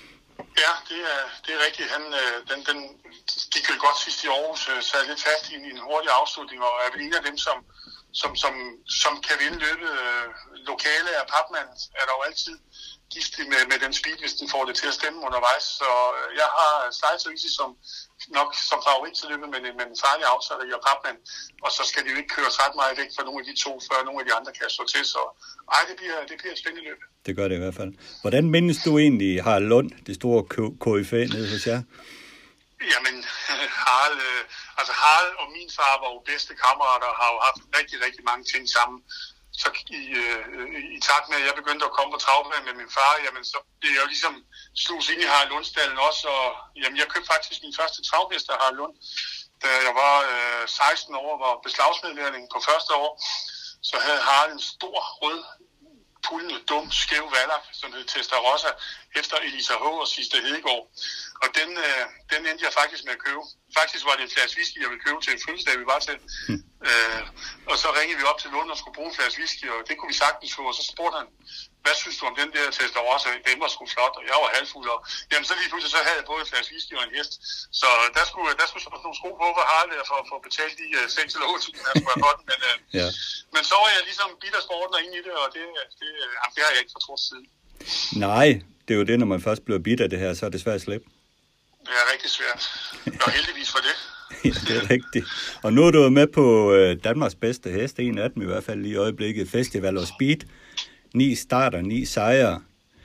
Ja, det er, det er rigtigt. Han, den, den gik vel godt sidst i Aarhus, sad lidt fast i en, en hurtig afslutning, og er vel en af dem, som, som, som, som kan vinde løbet. Lokale af Papman er der jo altid giftig med, med den speed, hvis den får det til at stemme undervejs. Så jeg har Slide So Easy som, nok som favorit til løbet, men, men en farlig aftaler i Papman. Og så skal de jo ikke køre ret meget væk fra nogle af de to, før nogle af de andre kan slå til. Så ej, det bliver, det bliver et spændende løb. Det gør det i hvert fald. Hvordan mindes du egentlig Harald Lund, det store K F A nede hos jer? Jamen, Harald, øh, altså Harald og min far var jo bedste kammerater og har jo haft rigtig, rigtig mange ting sammen. Så i, øh, i takt med, at jeg begyndte at komme på travbanen med min far, jamen så blev jeg jo ligesom slus ind i Harald Lundstallen også. Og jamen, jeg købte faktisk min første travhest af Harald Lund, da jeg var øh, seksten år og var beslagsmedlærling på første år. Så havde Harald en stor rød pullende, dum, skæv valak, som hed Testarossa, efter Elisa H. og Sista Hedegaard. Og den, øh, den endte jeg faktisk med at købe. Faktisk var det en flaske whisky, jeg ville købe til en fødselsdag, vi var til. Hmm. Øh, og så ringede vi op til Lund og skulle bruge en flaske whisky, og det kunne vi sagtens få. Og så spurgte han, hvad synes du om den der Testarossa? Den var sgu flot, og jeg var halvfuld. Og jamen så lige pludselig så havde jeg både en flaske whisky og en hest. Så der skulle, der skulle så nogle sko på for Harald for at få betalt de uh, seks eller otte tusind, han skulle have godt. Men, uh, ja. men så var jeg ligesom bidt af sporten og inde i det, og det, det, uh, det har jeg ikke fortrudt siden. Nej, det er jo det, når man først bliver bidt af det her, så er det svært at slippe. Det er rigtig svært. Og heldigvis for det. Ja, det er rigtigt. Og nu er du med på øh, Danmarks bedste hest, en af dem i hvert fald lige i øjeblikket, Festival of Speed. Ni starter, ni sejre.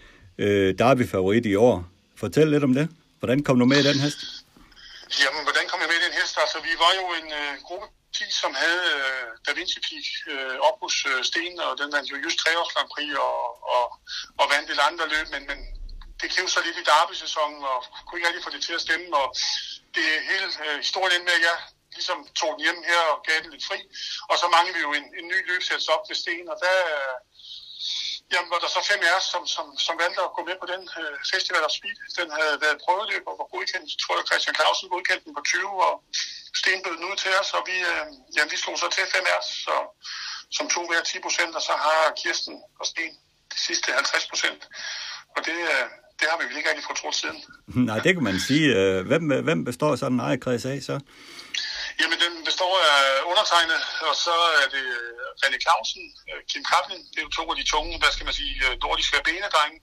Øh, Derby-favorit i år. Fortæl lidt om det. Hvordan kom du med i den hest? Jamen, hvordan kom jeg med i den hest? Altså, vi var jo en øh, gruppe ti, som havde øh, Da Vinci Peak øh, op hos øh, Sten, og den vandt jo just treårs Grand Prix og, og, og vandt et andet løb, men, men det kævde så lidt i Derby-sæsonen, og kunne ikke rigtig få det til at stemme, og det hele øh, historien endte med, at jeg ligesom tog den hjem her og gav den lidt fri, og så manglede vi jo en, en ny løbsæts op ved Sten, og der øh, jamen, var der så fem af os, som, som, som valgte at gå med på den øh, Festival of Speed. Den havde været prøveløb og var godkendt, tror jeg, Christian Clausen godkendte den på tyve, og Sten bød den ud til os, og vi, øh, jamen, vi slog så til fem af os, så, som tog hver ti procent, og så har Kirsten og Sten de sidste halvtreds procent. Og det, øh, det har vi vel ikke rigtig fortrudt siden. Nej, det kan man sige. Hvem, hvem består sådan en ejerkreds af, så? Jamen, den består af undertegnet, og så er det René Clausen, Kim Kaplin. Det er jo to af de tunge, hvad skal man sige, nordiske benedrenge.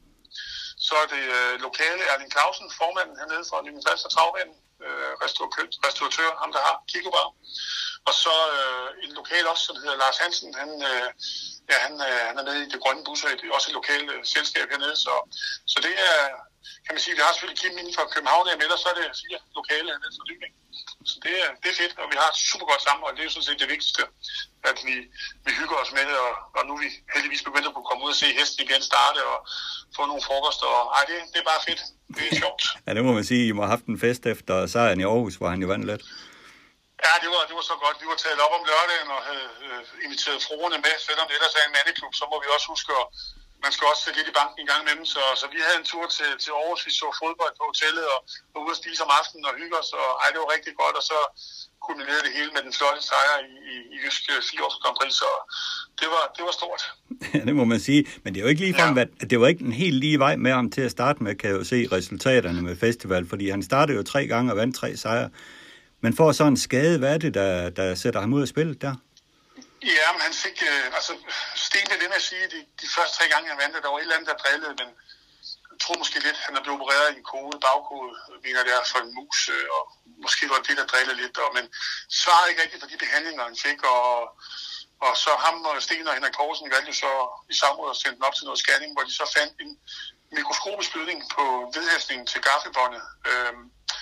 Så er det lokale Erling Clausen, formanden hernede fra Nykøbing Falster Travbanen, restauratør, ham der har Kikobar. Og så en lokal også, som hedder Lars Hansen. Han ja, han, han er nede i Det Grønne Busser, også et lokalt selskab hernede, så, så det er, kan man sige, vi har selvfølgelig Kim inden for København, med, og så er det fire lokale hernede fra Nykøbing. Så det er, det er fedt, og vi har et super godt sammenhold, det er jo sådan set det vigtigste, at vi, vi hygger os med det, og, og nu er vi heldigvis begyndt at kunne komme ud og se hesten igen starte, og få nogle frokoster, og ej, det, det er bare fedt, det er sjovt. Ja, det må man sige, I må have haft en fest efter sejren i Aarhus, hvor han jo vandt lidt. Ja, det var, det var så godt. Vi var taget op om lørdagen og havde øh, inviteret fruerne med, selvom det ellers er en mandeklub, så må vi også huske, at man skal også sætte lidt i banken en gang imellem. Så, så vi havde en tur til, til Aarhus, vi så fodbold på hotellet og var ude at spise om aftenen og hygge os, og ej, det var rigtig godt, og så kulminerede det hele med den flotte sejr i, i, i Jysk fireårs Grand Prix, så det var, det var stort. Ja, det må man sige, men det er jo ikke lige frem, ja. Det var ikke en helt lige vej med ham til at starte med, kan jeg jo se resultaterne med festival, fordi han startede jo tre gange og vandt tre sejre. Men får så en skade, hvad er det, der, der sætter ham ud af spillet der? Ja, men han fik, øh, altså Sten blev ved med at sige, at de, de første tre gange han vandt, der var et eller andet, der drillede, men jeg tror måske lidt, han er blevet opereret i en kode, bagkode, mener det er for en mus, øh, og måske var det, der drillede lidt, og, men svarede ikke rigtigt for de behandlinger, han fik, og, og så ham og Sten og Henrik Poulsen valgte jo så i samråd at sende den op til noget scanning, hvor de så fandt en mikroskopisk blødning på vedhæftningen til gaffelbåndet. Øh,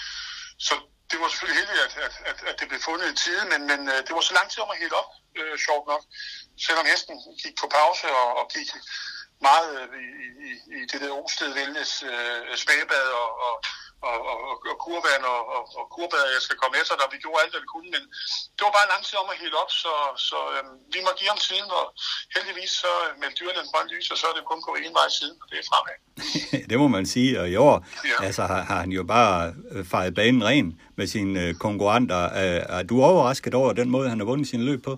så det var selvfølgelig heldigt, at, at, at, at det blev fundet i tide, men, men det var så lang tid om at hælde op, øh, sjovt nok. Selvom hesten gik på pause og, og gik meget øh, i, i, i det der Osted Wellness øh, spagebad og, og, og, og, og kurvand og, og, og kurbad, jeg skal komme efter, der vi gjorde alt, hvad vi kunne, men det var bare lang tid om at hælde op, så, så øh, vi må give ham tiden, og heldigvis så med dyrene en grøn lys, og så er det kun gået en vej siden, og det er fremad. Det må man sige, og i år ja. altså, har, har han jo bare fejret banen ren med sine øh, konkurrenter. Er, er du overrasket over den måde, han har vundet sin løb på?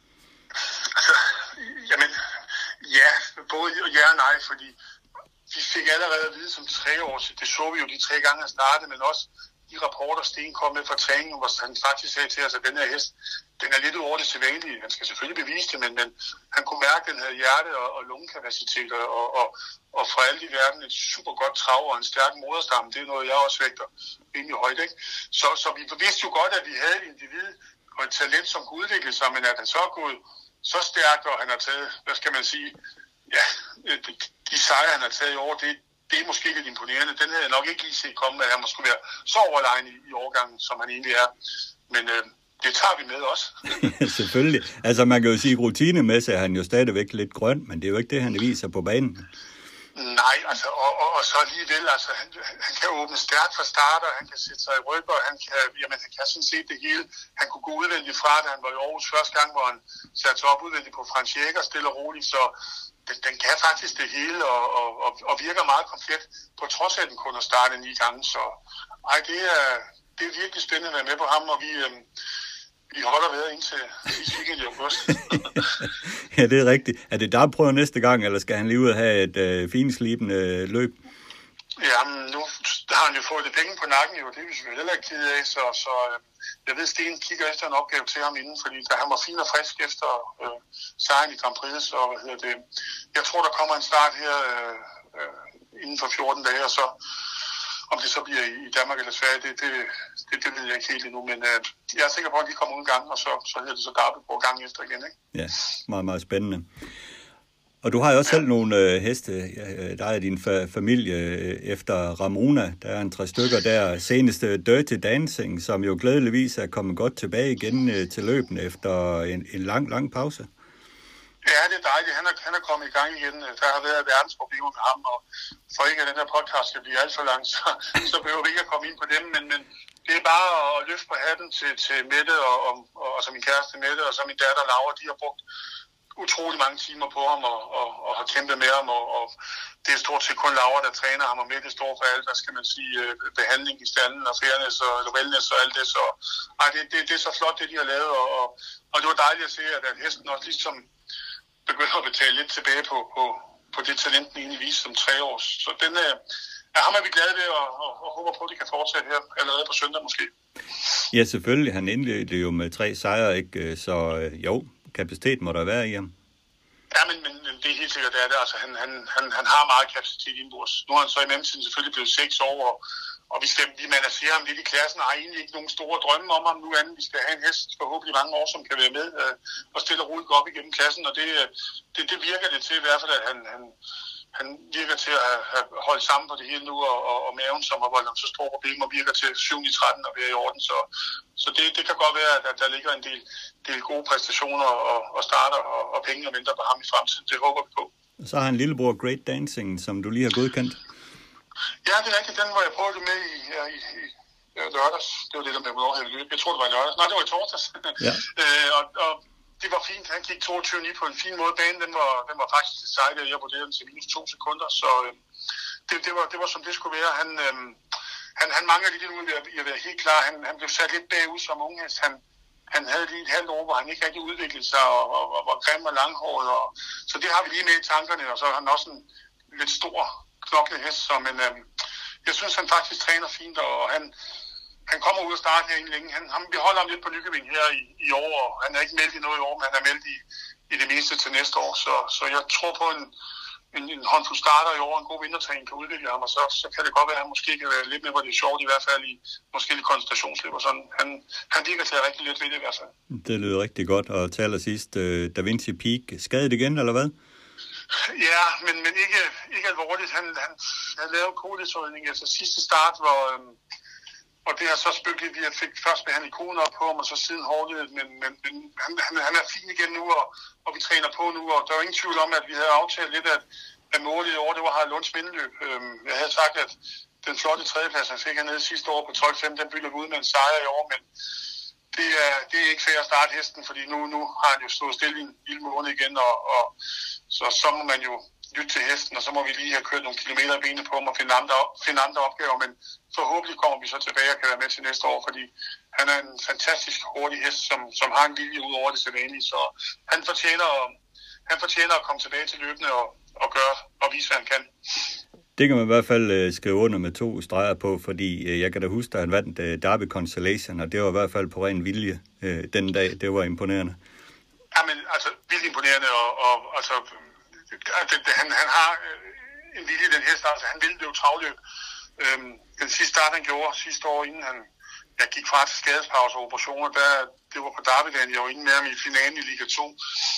Altså, jamen, ja, både ja og nej, fordi vi fik allerede at vide som tre år, det så vi jo de tre gange han startede, men også de rapporter, Sten kom med fra træningen, hvor han faktisk sagde til os, at den her hest, den er lidt over det sædvanlige. Han skal selvfølgelig bevise det, men, men han kunne mærke, at den havde hjerte- og, og lungekapacitet, og, og, og fra alt i verden et super godt trav og en stærk moderstamme. Det er noget, jeg også vægter rimelig højt, ikke? Så, så vi vidste jo godt, at vi havde et individ og et talent, som kunne udvikle sig, men at han så er gået så stærkt, og han har taget, hvad skal man sige, ja, de, de sejre, han har taget i år, det, det er måske lidt imponerende. Den havde jeg nok ikke lige set komme, at han måske være så overlegen i, i årgangen, som han egentlig er. Men øh, det tager vi med også. Selvfølgelig. Altså man kan jo sige, at rutinemæssigt er han jo stadigvæk lidt grøn, men det er jo ikke det, han viser på banen. Nej, altså, og, og, og så alligevel, altså, han, han kan åbne stærkt fra start, og han kan sætte sig i ryg, og han kan, jamen, han kan sådan set det hele. Han kunne gå udvendigt fra, da han var i Aarhus første gang, hvor han satte sig op udvendigt på Frans Jäger, stille og roligt, så den, den kan faktisk det hele, og, og, og, og virker meget komplet, på trods af, at den kun har startet ni gange, så ej, det er, det er virkelig spændende at være med på ham, og vi... Øhm, Vi holder ved indtil sidste weekend i august. Ja, det er rigtigt. Er det der prøver næste gang, eller skal han lige ud og have et øh, finslibende øh, løb? Jamen, nu har han jo fået det penge på nakken, jo. Det er vi selvfølgelig heller ikke ked af, så, så øh, jeg ved, Sten kigger efter en opgave til ham inden, fordi da han var fin og frisk efter øh, sejren i Grand Prix, så hvad hedder det, jeg tror, der kommer en start her øh, øh, inden for fjorten dage, og så om det så bliver i Danmark eller Sverige, det, det, det, det ved jeg ikke helt endnu, men øh, jeg er sikker på, at de kommer ud en gang, og så, så hedder det så Derby på gang efter igen, ikke? Ja, meget, meget spændende. Og du har jo også ja. selv nogle øh, heste, der er din fa- familie øh, efter Ramona, der er en tre stykker der, seneste Dirty Dancing, som jo glædeligvis er kommet godt tilbage igen øh, til løben efter en, en lang, lang pause. Ja, det er dejligt. Han er, han er kommet i gang igen. Der har været verdensproblemer med ham, og for ikke at den her podcast skal blive alt for lang, så, så behøver vi ikke at komme ind på dem, men, men det er bare at løfte på hatten til, til Mette, og, og, og, og så min kæreste Mette, og så min datter Laura. De har brugt utrolig mange timer på ham, og, og, og har kæmpet med ham, og, og det er stort set kun Laura, der træner ham, og Mette står for alt, hvad skal man sige, behandling i standen, og fairness, og wellness, og alt det, så ej, det, det, det er så flot, det de har lavet, og, og, og det var dejligt at se, at, at hesten også ligesom begynder at betale lidt tilbage på, på, på det talent, den egentlig viste som tre år. Så den er, er ham er vi glade ved, og, og, og håber på, at det kan fortsætte her allerede på søndag måske. Ja, selvfølgelig. Han indledte jo med tre sejre, ikke? Så jo, kapacitet må der være i ham. Ja, men, men det er helt sikkert, det er det. Altså, han, han, han, han har meget kapacitet indenbords. Nu er han så i mellemtiden selvfølgelig blevet seks år, og, og vi skal vi managerer ham lidt i klassen, og har egentlig ikke nogen store drømme om ham nu andet. Vi skal have en hest forhåbentlig mange år, som kan være med øh, og stille og roligt gå op igennem klassen, og det, det, det virker det til i hvert fald, at han, han, han virker til at have, have holdt sammen på det hele nu, og, og, og maven, som har voldt ham så store problemer, virker til syv i tretten og være i orden, så, så det, det kan godt være, at der ligger en del, del gode præstationer og, og starter og, og penge og venter på ham i fremtiden. Det håber vi på. Så har han lillebror Great Dancing, som du lige har godkendt. Ja, det er rigtigt. Den var jeg prøvet med i, ja, i, i lørdags. Det var det, der med hvornår jeg løb. Jeg tror, det var i lørdags. Nej, det var i torsdags. Ja. øh, og, og det var fint. Han gik toogtyve ni på en fin måde. Banen, den var, den var faktisk lidt sejt, og jeg vurderede den til minus to sekunder. Så øh, det, det, var, det var, som det skulle være. Han, øh, han, han mangler lidt nu, jeg vil være helt klar. Han, han blev sat lidt bagud som unghest. Han, han havde lige et halvt år, hvor han ikke rigtig udviklede sig, og, og, og var grim og langhåret. Og, så det har vi lige med i tankerne, og så er han også en lidt stor knoklet hest, så, men øhm, jeg synes, han faktisk træner fint, og han, han kommer ud og starte her inden længe. Han, han, vi holder ham lidt på Nykøbing her i, i år, og han er ikke meldt i noget i år, men han er meldt i, i det meste til næste år, så, så jeg tror på en, en, en håndfuld starter i år, en god vintertræning kan udvikle ham, og så, så kan det godt være, at han måske kan være lidt med, hvor det er sjovt, i hvert fald i måske lidt koncentrationsløb og sådan. Han, han virker til at rigtig lidt ved det i hvert fald. Det lyder rigtig godt, og til allersidst, uh, Da Vinci Peak, skadet igen, eller hvad? Ja, men, men ikke, ikke alvorligt. Han, han, han lavede kodesøgning efter sidste start, hvor, øhm, og det har så spøgt, vi fik først behandlet koden op på ham, og så siden hårdledet, men, men, men han, han, han er fin igen nu, og, og vi træner på nu, og der er jo ingen tvivl om, at vi havde aftalt lidt, at, at målet i år, det var Harald Lunds mindeløb. Øhm, jeg havde sagt, at den flotte tredjeplads, han fik hernede sidste år på tolv fem, den bytter vi ud med en sejr i år, men det er, det er ikke fair at starte hesten, fordi nu, nu har han jo stået stille i en lille måned igen, og, og så, så må man jo lytte til hesten, og så må vi lige have kørt nogle kilometer i benene på ham og finde andre, finde andre opgaver, men forhåbentlig kommer vi så tilbage og kan være med til næste år, fordi han er en fantastisk hurtig hest, som, som har en vilje ud over det sædvanlige, så han fortjener, han fortjener at komme tilbage til løbende og, og gøre og vise, hvad han kan. Det kan man i hvert fald øh, skrive under med to streger på, fordi øh, jeg kan da huske, at han vandt øh, Derby Constellation, og det var i hvert fald på ren vilje øh, den dag. Det var imponerende. Ja, men altså vildt imponerende, og, og altså det, det, han, han har øh, en vilje, den hest, altså han ville løbe travløb. Øhm, den sidste start, han gjorde sidste år, inden han jeg gik fra til skadespause og operationer, der, det var på Derby-dagen, jeg var inde med ham i finalen i Liga to.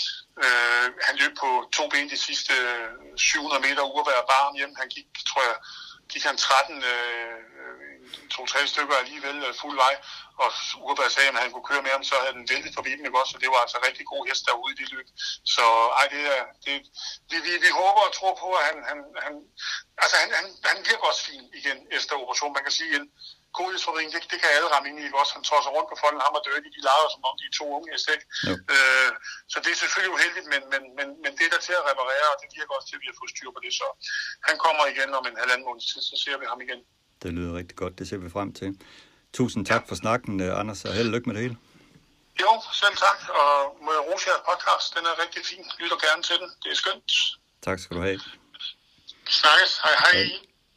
Uh, han løb på to ben de sidste syv hundrede meter uafværet barm hjem. Han gik, tror jeg, gik han tretten, uh, to-tre stykker alligevel uh, fuld vej, og uafværet sagde, at han kunne køre med ham, så havde den væltet forbi dem, ikke også? Så det var altså rigtig god hest derude i det løb. Så ej, det er, det, vi, vi, vi håber og tror på, at han, han, han altså han, han, han virker også fin igen efter operationen. Man kan sige, en kodesforring, det, det kan alle ramme ind i, ikke også? Han tosser rundt på folden, ham og Dirty, de laver som om de er to unge heste, ikke? Ja. Øh, så det er selvfølgelig uheldigt, men, men, men, men det er der til at reparere, og det virker også til, at vi har fået styr på det, så han kommer igen om en halvanden måneds tid, så ser vi ham igen. Det lyder rigtig godt, det ser vi frem til. Tusind tak for snakken, Anders, og held og lykke med det hele. Jo, selv tak, og må jeg rose jeres podcast, den er rigtig fin, lytter gerne til den, det er skønt. Tak skal du have. Snakkes, hej hej. hej.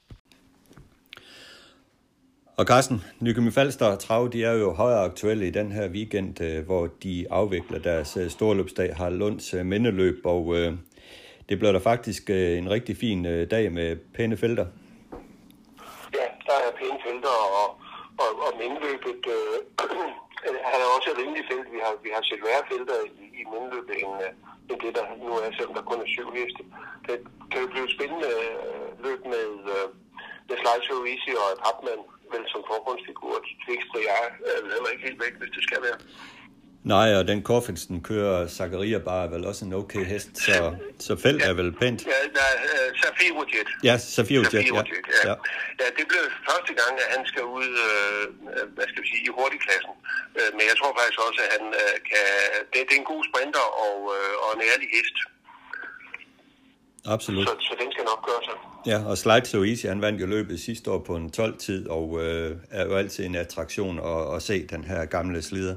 Og Carsten, Nykøbing Falster Trav, de er jo højere aktuelle i den her weekend, hvor de afvikler deres storløbsdag, Harald Lunds mindeløb, og øh, det blev der faktisk øh, en rigtig fin øh, dag med pæne felter. Ja, der er pæne felter, og, og, og mindeløbet, øh, han er også et rimelig felt. Vi har, vi har set værre felter i, i mindeløbet, end, end det der nu er, selvom der kun er syv heste. Det kan jo blive spændende løb med, øh, med Slide So Easy og et Hapman, vel som forgrundsfigur. Tvixter, jeg er heller ikke helt væk, hvis det skal være. Nej, og den Corfinsen kører Zakaria bare er vel også en okay hest, så, så felt ja. Er vel pænt. Ja, nej, uh, Safirojet. Ja, Safirojet, ja. Ja. Ja. Ja, det blev første gang, at han skal ud, øh, hvad skal vi sige, i hurtigklassen. Uh, men jeg tror faktisk også, at han uh, kan, det, det er en god sprinter og, uh, og en ærlig hest. Absolut. Så, så den skal nok gøre sig. Ja, og Slide So Easy, han vandt jo løbet sidste år på en tolv-tid, og øh, er jo altid en attraktion at, at se den her gamle slider.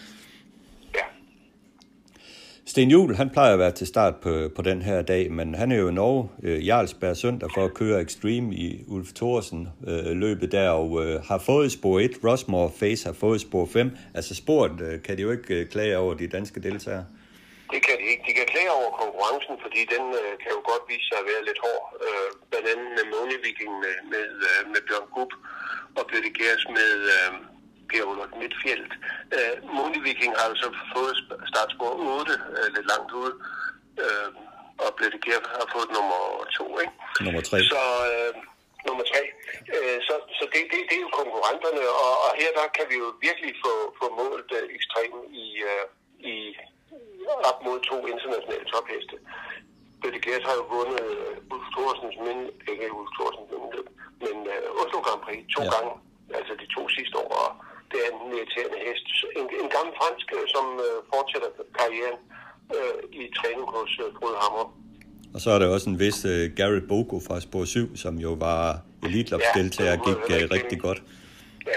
Sten Juhl, han plejer at være til start på, på den her dag, men han er jo i Norge, øh, Jarlsberg søndag, for at køre Extreme i Ulf Thorsen øh, løbet der, og øh, har fået spor et, Rossmore Face har fået spor fem. Altså sporet øh, kan de jo ikke øh, klage over de danske deltagere. Det kan de ikke. De kan klage over konkurrencen, fordi den øh, kan jo godt vise sig at være lidt hård. Øh, blandt andet med Money Viking med, med, øh, med Bjørn Gubb og Bette Gers med øh, Per Ulrik Midtfjeldt. Øh, Money Viking har jo så fået startspor otte, øh, lidt langt ude, øh, og Bette Gers har fået nummer to, ikke? Nummer tre. Så, øh, nummer tre. Øh, så så det, det, det er jo konkurrenterne, og, og her der kan vi jo virkelig få, få målt øh, ekstremt i, øh, i op mod to internationale topheste. Bette Gers har jo vundet uh, Ulf Thorsens, men ikke Ulf Thorsens, men uh, Oslo Grand Prix to ja. gange, altså de to sidste år, og det er en irriterende hest. En, en gammel fransk, som uh, fortsætter karrieren uh, i træning hos uh, Frode Hammer. Og så er der også en vis uh, Garrett Bogo fra Spor syv, som jo var elitelopsdeltager og ja, gik uh, rigtig godt. Ja.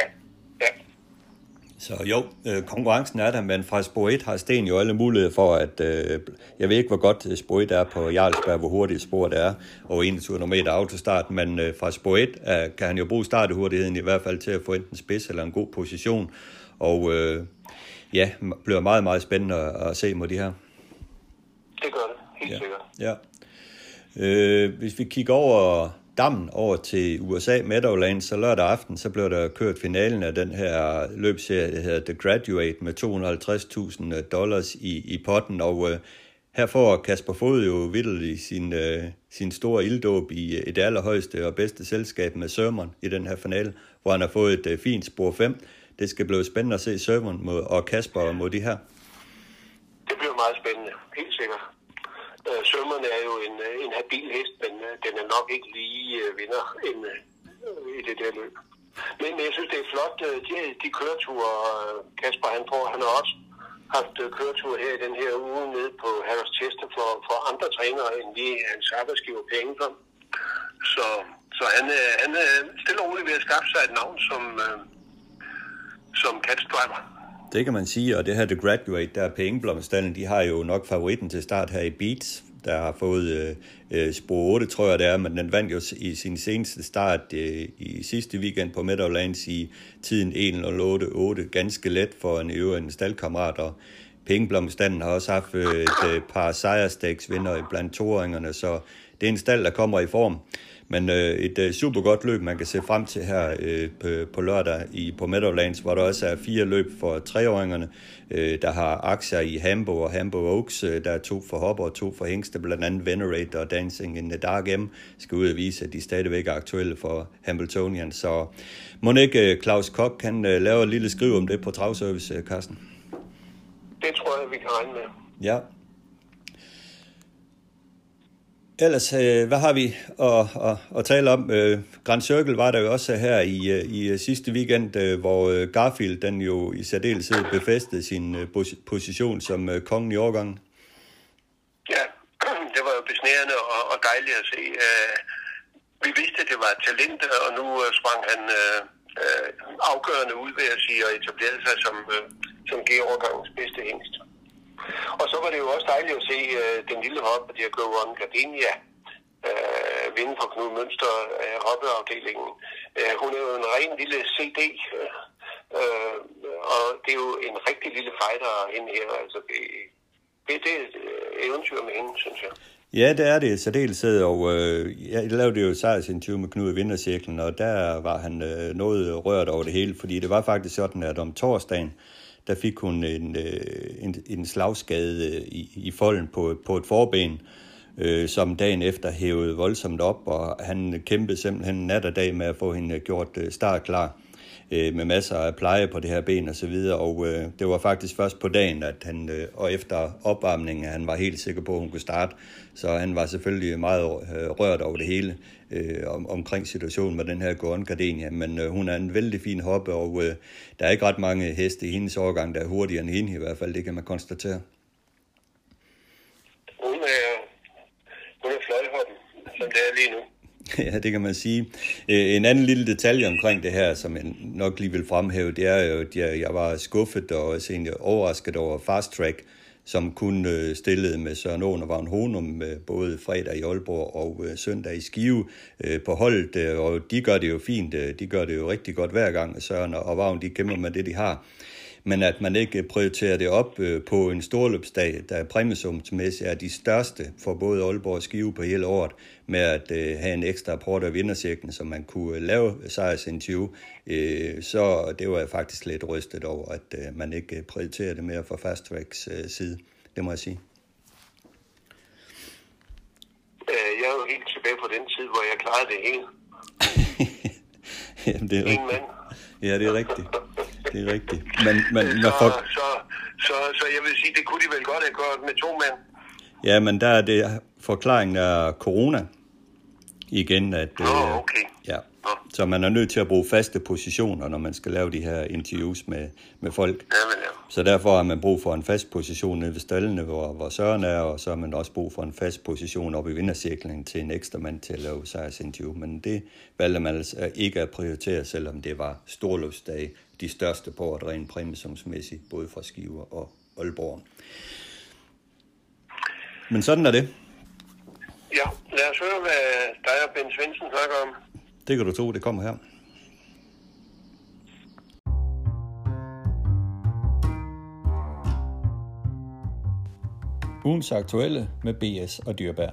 Så jo, øh, konkurrencen er der, men fra Spor et har Sten jo alle muligheder for, at øh, jeg ved ikke, hvor godt Spor et er på Jarlsberg, hvor hurtigt Spor det er, og enogtyve meter autostart, men øh, fra Spor et øh, kan han jo bruge startehurtigheden i hvert fald til at få enten spids eller en god position, og øh, ja, bliver meget, meget spændende at, at se mod de her. Det gør det, helt ja. sikkert. Ja. Øh, hvis vi kigger over dammen over til U S A Meadowlands, så lørdag aften, så blev der kørt finalen af den her løbsserie, der hedder The Graduate, med to hundrede og halvtreds tusind dollars i, i potten, og øh, her får Kasper Fod jo vitterligt sin, øh, sin store ilddåb i et allerhøjeste og bedste selskab med Sermon i den her finale, hvor han har fået et øh, fint spor fem. Det skal blive spændende at se Sermon mod, og Kasper mod de her. Det bliver meget spændende, helt sikkert. Uh, Sermon er jo en, en habil hest, men uh, den er nok ikke lige uh, vinder end, uh, i det der løb. Men, men jeg synes, det er flot, uh, de, de køreture, uh, Kasper han får. Han har også haft uh, køreture her i den her uge nede på Harris Chester for, for andre trænere, end lige hans arbejdsgiver penge for. Så, så han, uh, han er stille og roligt ved at skaffe sig et navn som, uh, som catchdriver. Det kan man sige, og det her The Graduate, der er på Engblomstallen, de har jo nok favoritten til start her i Beats, der har fået øh, spor otte, tror jeg det er, men den vandt jo i sin seneste start øh, i sidste weekend på Meadowlands i tiden en nul otte otte, ganske let for en øvrigt staldkammerat, og Pengeblomstanden har også haft øh, et øh, par sejrstegsvinder blandt toåringerne, så det er en stald, der kommer i form. Men øh, et øh, super godt løb, man kan se frem til her øh, på, på lørdag i, på Meadowlands, hvor der også er fire løb for treåringerne, øh, der har aktier i Hambo og Hambo Oaks, øh, der er to for hopper og to for hængste, blandt andet Venerate og Dancing in the Dark M, skal ud og vise, at de stadigvæk er aktuelle for Hambletonian. Så må ikke Claus Kok kan øh, lave et lille skriv om det på Travservice, øh, Carsten? Det tror jeg, vi kan regne med. Ja. Ellers, øh, hvad har vi at, at, at tale om? Øh, Grand Circle var der jo også her i, i sidste weekend, øh, hvor Garfield den jo i særdeleshed befæstede sin øh, position som øh, kongen i årgangen. Ja, det var jo besnærende og, og dejligt at se. Uh, vi vidste, at det var et talent, og nu uh, sprang han uh, uh, afgørende ud, ved at sige, og etablerede sig som, uh, som G-årgangens bedste hængst. Og så var det jo også dejligt at se uh, den lille hoppe, der Go On Gardenia, uh, vinde for Knud Mønster uh, hoppeafdelingen. Uh, hun er jo en ren lille C D, uh, uh, og det er jo en rigtig lille fighter hende her. Altså det, det, det er et eventyr med hende, synes jeg. Ja, det er det særdeleshed, og øh, jeg lavede jo sejrsinterview med Knud i vintercirklen, og der var han øh, noget rørt over det hele, fordi det var faktisk sådan, at om torsdagen, der fik hun en, en, en slagskade i, i folden på, på et forben, øh, som dagen efter hævede voldsomt op, og han kæmpede simpelthen nat og dag med at få hende gjort startklar øh, med masser af pleje på det her ben og så videre, og øh, det var faktisk først på dagen, at han, øh, og efter opvarmningen, han var helt sikker på, at hun kunne starte, så han var selvfølgelig meget øh, rørt over det hele øh, om, omkring situationen med den her Go On Gardenia, men øh, hun er en vældig fin hoppe, og øh, der er ikke ret mange heste i hendes årgang, der er hurtigere end hende i hvert fald, det kan man konstatere. Hun er, hun er fløjhoppen, som det er lige nu. Ja, det kan man sige. En anden lille detalje omkring det her, som jeg nok lige vil fremhæve, det er jo, at jeg var skuffet og også egentlig overrasket over Fast Track, som kun stillede med Søren Åen og Vagn Honum både fredag i Aalborg og søndag i Skive på holdet, og de gør det jo fint. De gør det jo rigtig godt hver gang, Søren og Vagn, de kæmper med det, de har. men at man ikke prioriterer det op øh, på en storløbsdag, der præmiesumsmæssigt er de største for både Aalborg og Skive på hele året, med at øh, have en ekstra rapport af vindercirklen, så man kunne øh, lave sejrsinterview, øh, så det var jeg faktisk lidt rystet over, at øh, man ikke prioriterer det mere fra Fast Tracks øh, side. Det må jeg sige. Jeg er jo helt tilbage på den tid, hvor jeg klarede det hele. Jamen, det er rigtigt. Ja, det er rigtigt. Det er rigtigt. Men, men, så, når folk... så, så, så jeg vil sige, det kunne de vel godt have gjort med to mænd. Ja, men der er det forklaringen af corona igen, at... Nå, okay. Ja, så man er nødt til at bruge faste positioner, når man skal lave de her interviews med, med folk. Jamen, ja. Så derfor har man brug for en fast position nede ved stallene, hvor, hvor Søren er, og så har man også brug for en fast position oppe i vindercirklen til en ekstra mand til at lave sejrsinterview. Men det valgte man altså ikke at prioritere, selvom det var storløbsdage, de største på året rent præmiesumsmæssigt, både fra Skive og Aalborg. Men sådan er det. Ja, lad os høre, hvad dig og Ben Svendsen snakker om. Det kan du tro, det kommer her. Ugens aktuelle med B S og Dyrbær.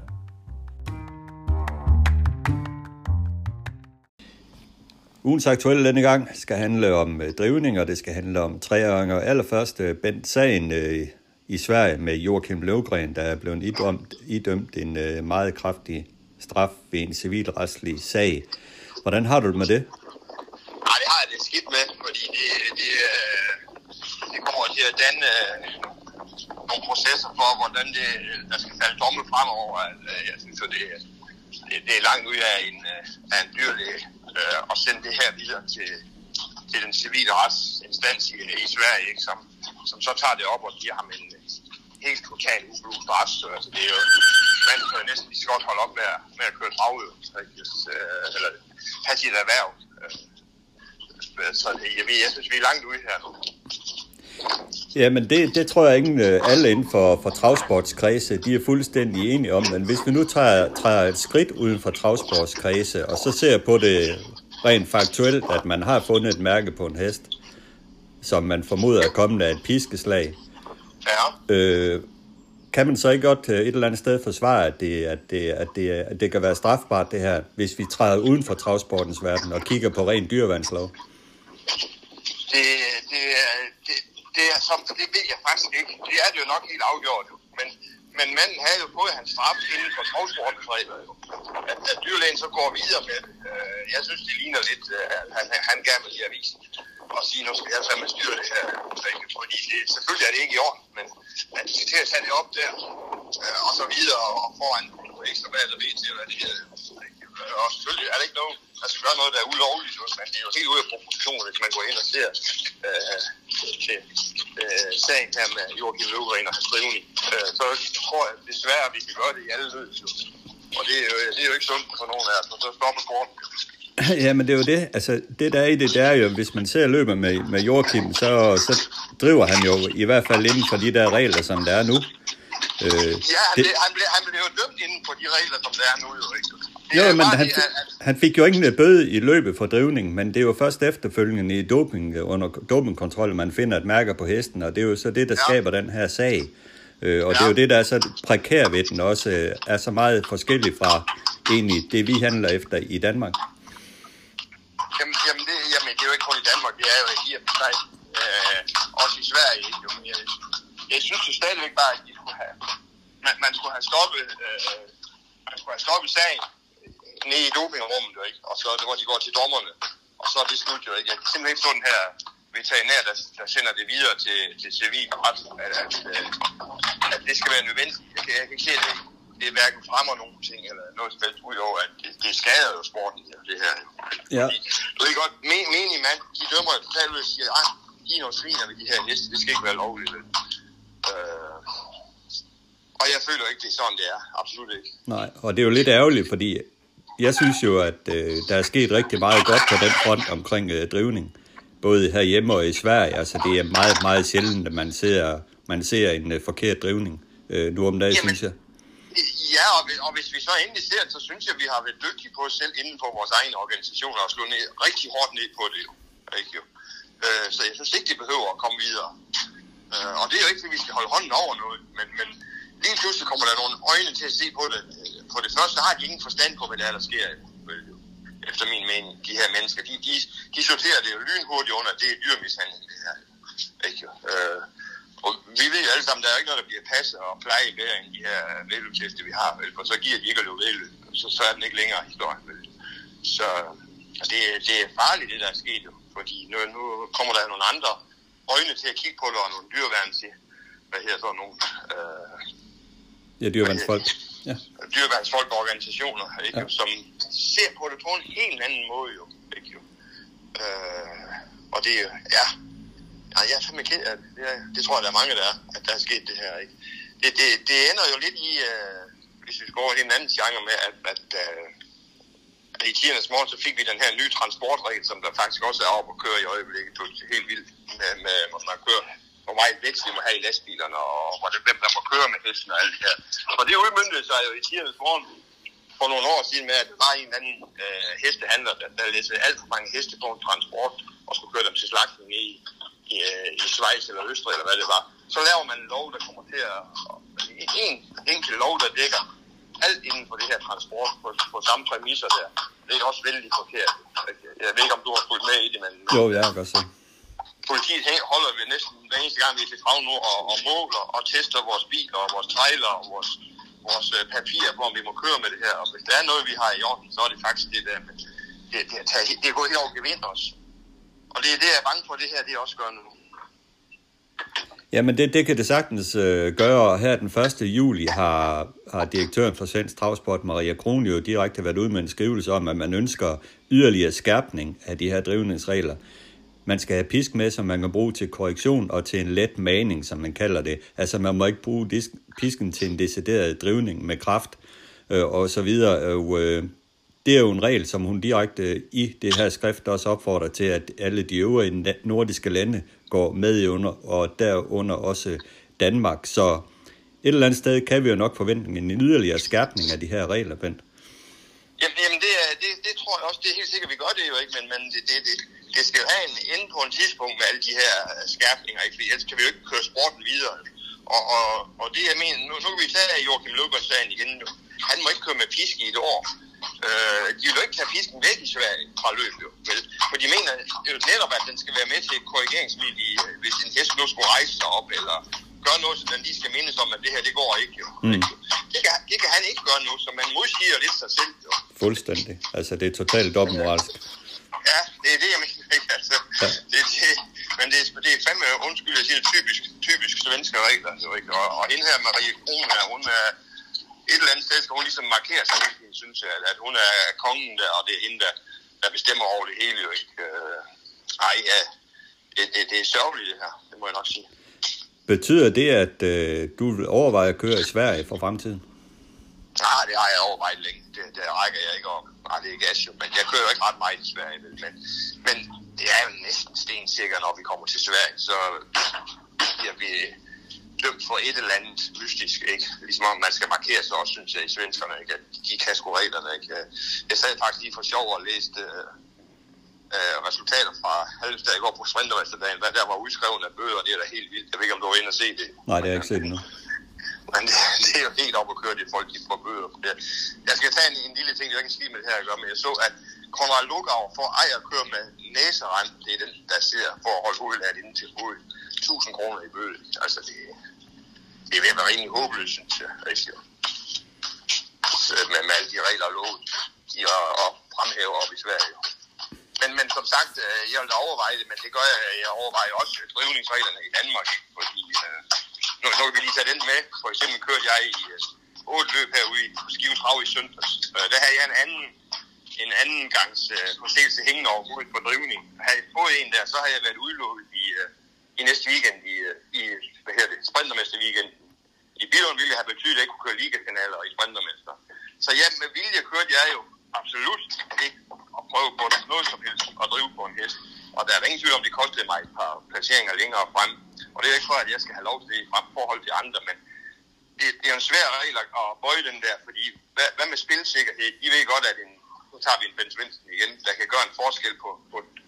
Ugens aktuelle denne gang skal handle om drivning, og det skal handle om treåringer. Allerførst Bent sagen øh, i Sverige med Joachim Löfgren, der er blevet idømt, idømt en øh, meget kraftig straf ved en civilretslig sag. Hvordan har du det med det? Nej, det har jeg det skidt med, fordi det, det, det kommer til at danne nogle processer for, hvordan det, der skal falde domme fremover. Jeg synes jo, det, det, det er langt ud af en, af en dyrlæge at sende det her videre til, til den civile retsinstans i, i Sverige, ikke, som, som så tager det op og giver ham en helt total ublu straf. Altså, det er jo, man kan jo næsten lige så godt holde op med at, med at køre travøvelse, eller have sit erhverv. Så det, jeg, ved, jeg synes, vi er langt ude her nu. Ja, men det, det tror jeg ikke alle inden for, for travsportskredse, de er fuldstændig enige om. Men hvis vi nu træder, træder et skridt uden for travsportskredse, og så ser på det rent faktuelt, at man har fundet et mærke på en hest, som man formoder er kommet af et piskeslag, ja. øh, kan man så ikke godt et eller andet sted forsvare, at det, at det, at det, at det kan være strafbart det her, hvis vi træder uden for travsportens verden og kigger på ren dyreværnslov? Det, det, det, det, er som, det ved jeg faktisk ikke. Det er det jo nok helt afgjort. Men, men manden havde jo fået hans straf inden for travsportens regler. At, at dyrlægen så går videre med det. Jeg synes, det ligner lidt, at han, han gerne vil lige have vist og sige, nu skal jeg fandme styre det her. Fordi det, selvfølgelig er det ikke i orden, men at de skal til at tage det op der, og så videre, og foran ekstra valg og ved til, hvad det er. Og selvfølgelig er det ikke noget, der skal gøre noget, der er ulovligt, men det er jo helt ude af proportioner, hvis man går ind og ser øh, til øh, sagen her med Joachim Löfgren og hans drivning. Øh, så tror jeg desværre, at vi kan gøre det i alle lød. Og det er, jo, det er jo ikke sundt for nogen af os, så stopper sporten. Ja, men det er jo det. Altså, det der er i det, der er jo, hvis man ser løbet med, med Joachim, så, så driver han jo i hvert fald inden for de der regler, som der er nu. Øh, ja, han, det, blev, han, blev, han blev jo dømt inden for de regler, som der er nu, jo ikke? Jo, men han, det, at... han fik jo ikke en bøde i løbet for drivning, men det er jo først efterfølgende i doping, under dopingkontrol, man finder et mærke på hesten, og det er jo så det, der ja. skaber den her sag. Øh, og ja. det er jo det, der er så prekær ved den også, øh, er så meget forskelligt fra egentlig det, vi handler efter i Danmark. Jamen, jamen, det, jamen det er jo ikke kun i Danmark, det er jo i og for sig, øh, også i Sverige. Jo. Jeg, jeg synes jo stadigvæk bare, at de skulle have, man, man skulle have stoppet, øh, man skulle have stoppet sagen nede i dopingrummet, jo, ikke? Og så hvor de går til dommerne, og så er det slut jo ikke. Jeg kan simpelthen ikke få den her veterinær, der, der sender det videre til, til civil ret, at, at, at det skal være nødvendigt. Jeg kan, jeg kan ikke se, at det, det er hverken fremmer nogen ting, eller noget som helst ud over, at det, det skader jo sporten, det her. Ja. Fordi, du ved godt, men, menig mand, de dømmer jo totalt ud og siger, at de er nogle sviner ved de her heste, det skal ikke være lovligt. Øh, og jeg føler ikke, det er sådan, det er. Absolut ikke. Nej, og det er jo lidt ærgerligt, fordi jeg synes jo, at øh, der er sket rigtig meget godt på den front omkring øh, drivning. Både herhjemme og i Sverige. Altså, det er meget, meget sjældent, at man ser, man ser en øh, forkert drivning øh, nu om dagen, synes jeg. Ja, og, og hvis vi så endelig ser det, så synes jeg, at vi har været dygtige på os selv inden for vores egen organisationer og slå ned, rigtig hårdt ned på det. Ikke, jo. Øh, så jeg synes ikke, de behøver at komme videre. Øh, og det er jo ikke, fordi vi skal holde hånden over noget, men, men lige pludselig kommer der nogle øjne til at se på det. På det første har de ingen forstand på, hvad der er, der sker. Efter min mening, de her mennesker, de, de, de sorterer det jo lynhurtigt under, det er dyrmishandling, det her. Ikke? Øh, og vi ved jo alle sammen, der er ikke noget, der bliver passet og pleje bedre end de her væddeløbsheste, vi har, vel? For så giver de ikke at løbe væddeløb, så, så er den ikke længere historien, vel? Så det, det er farligt, det der er sket, jo, fordi nu, nu kommer der nogle andre øjne til at kigge på det, og nogle dyreværn til, hvad hedder så nogle... Øh, ja, dyreværnsfolk. Ja. Dyreværnsfolk og organisationer, ikke, ja. Som ser på det på en helt anden måde, jo. Ikke, jo. Øh, og det er ja, ja, jeg er fandme ked af det. Det, er, det tror jeg, der er mange, der er, at der er sket det her. Ikke? Det, det, det ender jo lidt i, uh, hvis vi går over i en anden genre med, at, at, uh, at i tidernes morgen, så fik vi den her nye transportregel, som der faktisk også er oppe at køre i øjeblikket. Det er helt vildt, med, med, hvor man kører, hvor meget vækst vi må have i lastbilerne, og hvem der må køre med hesten og alt det her. Og det udmyndtede sig jo i tidernes morgen for nogle år siden med, at der var en eller anden øh, hestehandler, der, der læste alt for mange heste på en transport, og skulle køre dem til slagtning i, i, i Schweiz eller Østrig, eller hvad det var. Så laver man en lov, der kommer til at... En enkelt lov, der dækker alt inden for det her transport på, på samme præmisser der. Det er også vældig forkert. Jeg ved ikke, om du har fulgt med i det, men... Jo, jeg har godt set. Politiet holder vi næsten hver eneste gang, vi er til Travn nu, og, og måler og tester vores biler og vores trailer og vores, vores uh, papirer på, om vi må køre med det her. Og hvis der er noget, vi har i orden, så er det faktisk det der. Men det, det, det, er, det er gået helt over gevind os. Og det er det, jeg er bange for, det her, det også gør nu. Jamen det, det kan det sagtens øh, gøre. Her den første juli har, har direktøren for Svensk Travsport, Maria Kron, jo direkte været ude med en skrivelse om, at man ønsker yderligere skærpning af de her drivningsregler. Man skal have pisk med, som man kan bruge til korrektion og til en let maning, som man kalder det. Altså man må ikke bruge disk, pisken til en decideret drivning med kraft øh, og så videre. Og, øh, det er jo en regel, som hun direkte i det her skrift også opfordrer til, at alle de øvrige nordiske lande går med under, og derunder også Danmark. Så et eller andet sted kan vi jo nok forvente en yderligere skærpning af de her regler, Bent. Jamen, jamen det, er, det, det tror jeg også, det er helt sikkert, vi gør det jo ikke, men, men det, det, det, det skal jo have en ende på en tidspunkt med alle de her skærpninger, ikke? Fordi ellers kan vi jo ikke køre sporten videre. Og, og, og det jeg mener, nu, nu kan vi tage Joachim Løvgaard-sagen igen. Han må ikke køre med pisk i et år. Øh, de vil jo ikke tage pisken væk i Sverige fra løb, jo, vel? For de mener jo netop, at den skal være med til korrigeringsmiddel, hvis en hest nu skulle rejse sig op, eller gøre noget, så den lige skal mindes om, at det her, det går ikke, jo. Mm. Det, kan, det kan han ikke gøre nu, så man modsiger lidt sig selv, jo. Fuldstændig. Altså, det er totalt dobbeltmoralsk. Ja, det er det, jeg mener, ikke? Altså, ja. det, det, men det, det er fandme, undskyld, jeg siger det, typisk, typisk svenske regler, jo, ikke? Og, og hende her, Maria Kron, her, hun er et eller andet sted, skal hun ligesom markere sig, ikke? Synes jeg, at hun er kongen der, og det er hende, der, der bestemmer over det hele, jo, ikke? Øh, ej, ja, det, det, det er sørgeligt, det her, det må jeg nok sige. Betyder det, at øh, du vil overveje at køre i Sverige for fremtiden? Nej, det har jeg overvejet længe. Det, det rækker jeg ikke op. Nej, det er gas jo, men jeg kører ikke ret meget i Sverige. Men, men det er jo næsten stensikker, når vi kommer til Sverige, så bliver vi dømt for et eller andet mystisk, ikke? Ligesom om man skal markere sig også, synes jeg, i svenskerne, ikke? At de kan sgu reglerne, ikke? Jeg sad faktisk lige for sjov og læste øh, øh, resultater fra Halmstad i går på Sprintermesterdagen, hvad der var udskrevet af bøger, og det er da helt vildt. Jeg ved ikke, om du var inde og se det. Nej, det har jeg ikke set endnu. Men det, det er jo helt op at køre, det folk, de får bøger på det. Jeg skal tage en, en lille ting, jeg ikke kan sige med det her at gøre, men jeg så, at Konrad Lugauer får ejer at køre med næserand. Det er den, der ser for at holde hovedlært inden til hovedet. tusind kroner i bøde. Altså, det, det er ved at være rimelig håbløst, synes jeg. Rigtig. Med, med alle de regler og lov, de er at fremhæve op i Sverige. Men, men som sagt, jeg vil da overveje det, men det gør jeg, jeg overvejer også drivningsreglerne i Danmark, ikke? Fordi øh, nu, nu kan vi lige tage den med. For eksempel kørte jeg i øh, otte løb herude på Skive Trav i søndags. Øh, der havde jeg en anden, en anden gangs øh, forståelse hængende over hovedet på drivning. Havde jeg fået en der, så har jeg været udlukket i, øh, i næste weekend, i, øh, i hvad hedder det, Sprintermester weekend. I Billund ville jeg have betydet, at jeg ikke kunne køre ligakanaler i Sprintermester. Så ja, med vilje kørte jeg jo absolut ikke at prøve på noget som helst at drive på en hest. Og der er ingen tvivl om, det kostede mig et par placeringer længere frem. Og det er ikke for, at jeg skal have lov til det frem forhold til andre, men det, det er en svær regel at bøje den der, fordi hvad, hvad med spilsikkerhed? I ved godt, at en, nu tager vi en Ben Svendsen igen, der kan gøre en forskel på, på,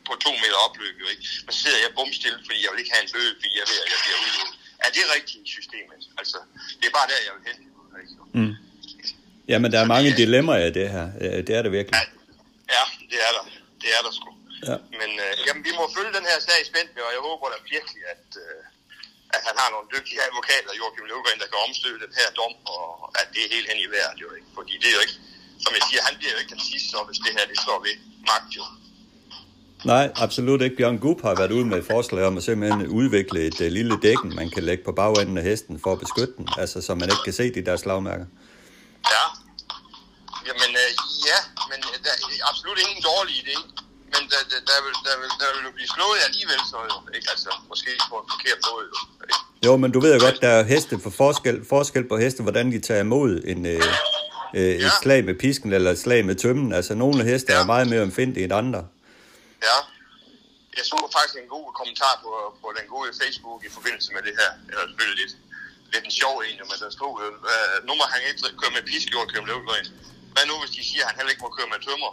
på to meter opløb, jo ikke? Men så sidder jeg bumstille, fordi jeg vil ikke have en løb, fordi jeg ved, at jeg bliver udløbet. Er det rigtigt i systemet? Altså, det er bare der, jeg vil hen. Mm. Jamen, der er mange dilemmaer af det her. Det er det virkelig. Ja, ja det er der. Det er der sgu. Ja. Men øh, jamen, vi må følge den her sag spændt med, og jeg håber da virkelig, at, øh, at han har nogle dygtige advokater, Joachim Løvgren, der kan omstøde den her dom, og at det er helt hen i vejret, jo ikke. Fordi det er jo ikke, som jeg siger, han bliver jo ikke den sidste, så hvis det her, det står ved magt, jo. Nej, absolut ikke. Bjørn Gup har været ude med et forslag om at simpelthen udvikle et uh, lille dækken, man kan lægge på bagenden af hesten for at beskytte den, altså så man ikke kan se de der slagmærker. Ja, jamen øh, ja, men der er absolut ingen dårlig idé. Men der, der, der, vil, der, vil, der vil jo blive slået alligevel, så jo, ikke? Altså, måske på en forkert måde, jo. Ikke? Jo, men du ved jo godt, der er heste for forskel, forskel på heste, hvordan de tager imod en, øh, øh, et ja. slag med pisken eller et slag med tømmen. Altså, nogle heste ja. er meget mere omfindelige end andre. Ja. Jeg så faktisk en god kommentar på, på den gode Facebook i forbindelse med det her. Eller selvfølgelig lidt, lidt en sjov en, men der stod, øh, nu må han ikke køre med pisk, Joachim Løvgren. Hvad nu, hvis de siger, at han heller ikke må køre med tømmer?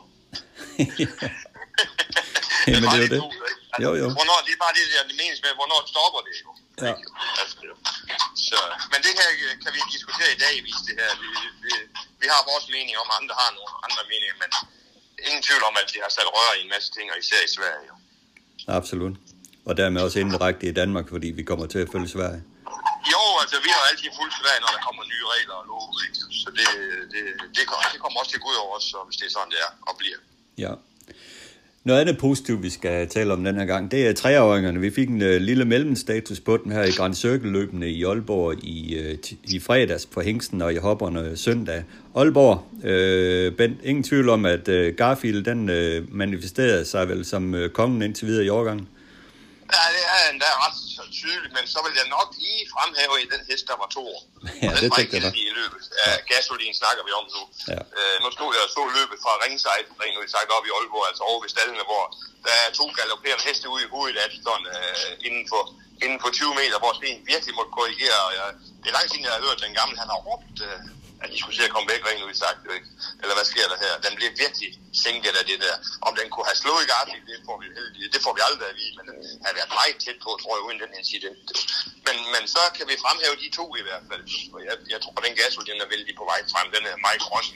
Jamen, det er jo det. Altså, jo, jo. Hvornår, det er bare det, der menes med, hvornår stopper det jo. Ja. Altså, så, men det her kan vi diskutere i dag, hvis det her. Vi, vi, vi har vores mening om, andre har nogle andre meninger, men ingen tvivl om, at de har sat rør i en masse ting, og især i Sverige. Jo. Absolut. Og dermed også indirekte i Danmark, fordi vi kommer til at følge Sverige. Jo, altså vi har altid fuldt Sverige, når der kommer nye regler og love, ikke? Så det, det, det, kommer, det kommer også til at gå ud over os, hvis det er sådan, det er og bliver. Ja. Noget andet positivt, vi skal tale om den her gang, det er treåringerne. Vi fik en uh, lille mellemstatus på dem her i Grand Circle-løbene i Aalborg i, uh, i fredags på Hingsten og i hopperne søndag. Aalborg, uh, Bent, ingen tvivl om, at uh, Garfield den uh, manifesterede sig vel som uh, kongen indtil videre i årgangen. Ja, det er endda ret tydeligt, men så vil jeg nok lige fremhæve i den hest, der var to år. Ja, det tænkte jeg da. I løbet. Ja, gasolin snakker vi om nu. Ja. Øh, nu stod jeg og så løbet fra Ringside, rent ud sagt op i Aalborg, altså over ved stallene, hvor der er to galopperende heste ude i hovedet af sådan, øh, inden, for, inden for tyve meter, hvor Sten virkelig måtte korrigere. Og jeg, det er lang siden, jeg har hørt den gamle, han har råbt, øh, at de skulle se at komme væk, rent ud sagt. Ikke? Eller hvad sker der her? Den blev virkelig sænket af det der. Om den kunne have slået i Garfield, det får vi, det får vi aldrig at vide, men den har været meget tæt på, tror jeg, uden den incident. Men, men så kan vi fremhæve de to i hvert fald. Jeg, jeg tror, at den gasol, den er vældig på vej frem. Den er meget grossen.